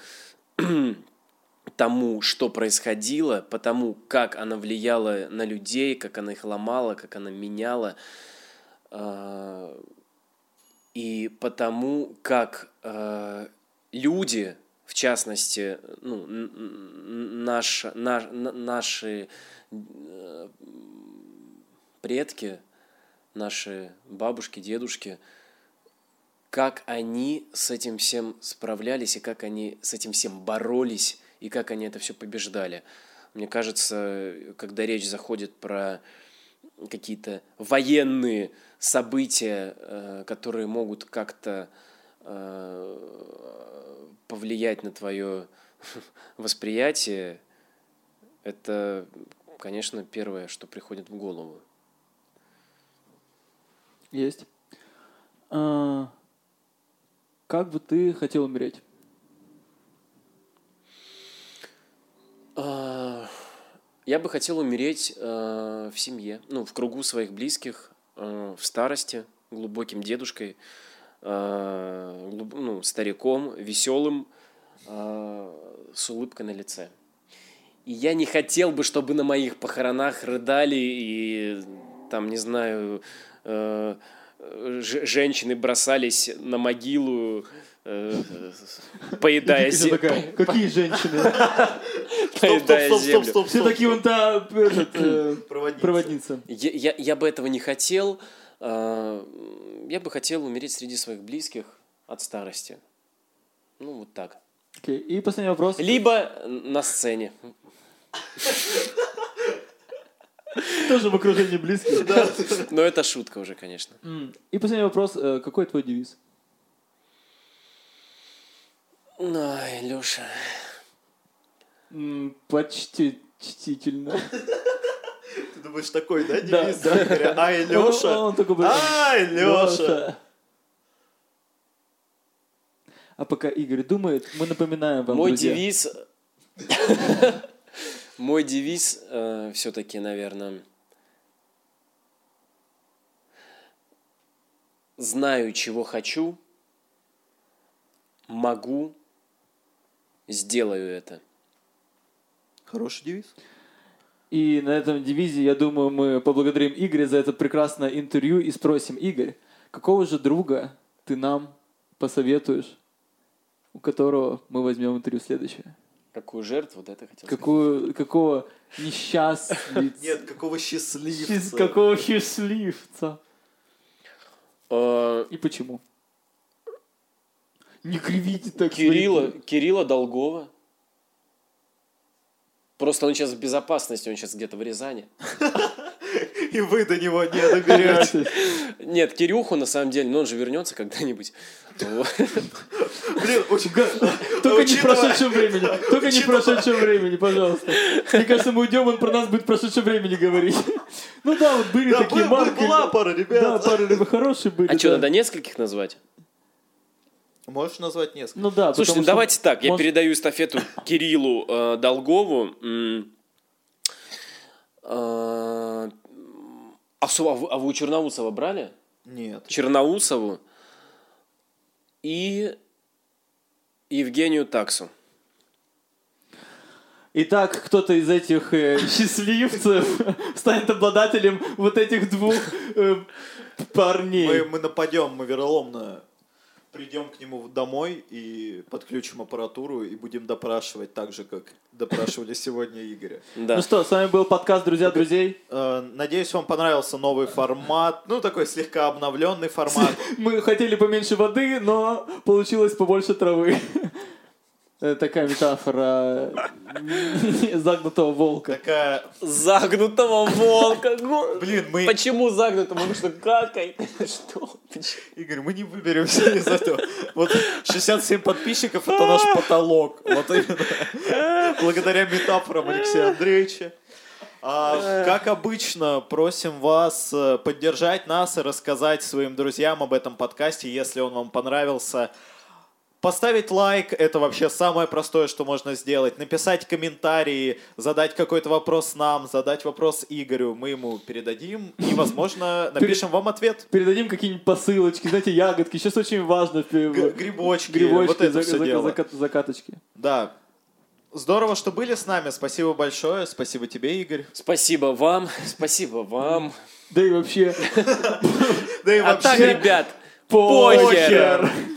тому, что происходило, по тому, как она влияла на людей, как она их ломала, как она меняла, и по тому, как люди, в частности, наши предки, наши бабушки, дедушки, как они с этим всем справлялись, и как они с этим всем боролись, и как они это все побеждали. Мне кажется, когда речь заходит про какие-то военные события, которые могут как-то повлиять на твое восприятие, это, конечно, первое, что приходит в голову. Есть. Как бы ты хотел умереть? Я бы хотел умереть в семье, в кругу своих близких, в старости, глубоким дедушкой, стариком, веселым, с улыбкой на лице. И я не хотел бы, чтобы на моих похоронах рыдали и, там, не знаю, женщины бросались на могилу, поедая землю. Какие женщины? Поедая землю. Все такие вон та проводница. Я бы этого не хотел. Я бы хотел умереть среди своих близких от старости. Вот так. И последний вопрос. Либо на сцене. Тоже в окружении близких. Да. Но это шутка уже, конечно. И последний вопрос. Какой твой девиз? Ай, Леша. Почти чтительно. Ты думаешь, такой, да, девиз? Да. Ай, Леша. Ай, Леша. А пока Игорь думает, мы напоминаем вам, Мой друзья. девиз все-таки, наверное, знаю, чего хочу, могу, сделаю это. Хороший девиз. И на этом девизе, я думаю, мы поблагодарим Игоря за это прекрасное интервью и спросим: Игорь, какого же друга ты нам посоветуешь, у которого мы возьмем интервью следующее? Какую жертву, да, ты хотел сказать? Какого несчастливца? Нет, какого счастливца. Какого счастливца? И почему? Не кривите так. Кирилла Долгова. Просто он сейчас в безопасности, он сейчас где-то в Рязани. И вы до него не доберетесь. Нет, Кирюху, на самом деле, но он же вернется когда-нибудь. Блин, очень... Только не в прошедшем времени. Только не в прошедшем времени, пожалуйста. Мне кажется, мы уйдем, он про нас будет в прошедшем времени говорить. Ну да, вот были такие марки. Была пара ребят. Да, пара ребят хорошие были. А что, надо нескольких назвать? Можешь назвать несколько. Ну да. Слушайте, давайте так, я передаю эстафету Кириллу Долгову. А вы у Черноусова брали? Нет. Черноусову и Евгению Таксу. Итак, кто-то из этих счастливцев станет обладателем вот этих двух парней. Мы нападем, мы вероломно придем к нему домой и подключим аппаратуру и будем допрашивать так же, как допрашивали сегодня Игоря. Да. Ну что, с вами был подкаст «Друзья друзей». Надеюсь, вам понравился новый формат. Ну, такой слегка обновленный формат. Мы хотели поменьше воды, но получилось побольше травы. Такая метафора загнутого волка. Такая... Загнутого волка. Блин, мы... Почему загнутого? Потому что какай. Что? Игорь, мы не выберемся из этого. Вот 67 подписчиков — это наш потолок. Вот именно. Благодаря метафорам Алексея Андреевича. Как обычно, просим вас поддержать нас и рассказать своим друзьям об этом подкасте, если он вам понравился. Поставить лайк — это вообще самое простое, что можно сделать. Написать комментарии, задать какой-то вопрос нам, задать вопрос Игорю. Мы ему передадим и, возможно, напишем вам ответ. Передадим какие-нибудь посылочки, знаете, ягодки. Сейчас очень важно. Грибочки, вот это все дело. Закаточки. Да. Здорово, что были с нами. Спасибо большое. Спасибо тебе, Игорь. Спасибо вам. Спасибо вам. Да и вообще. А так, ребят, похер.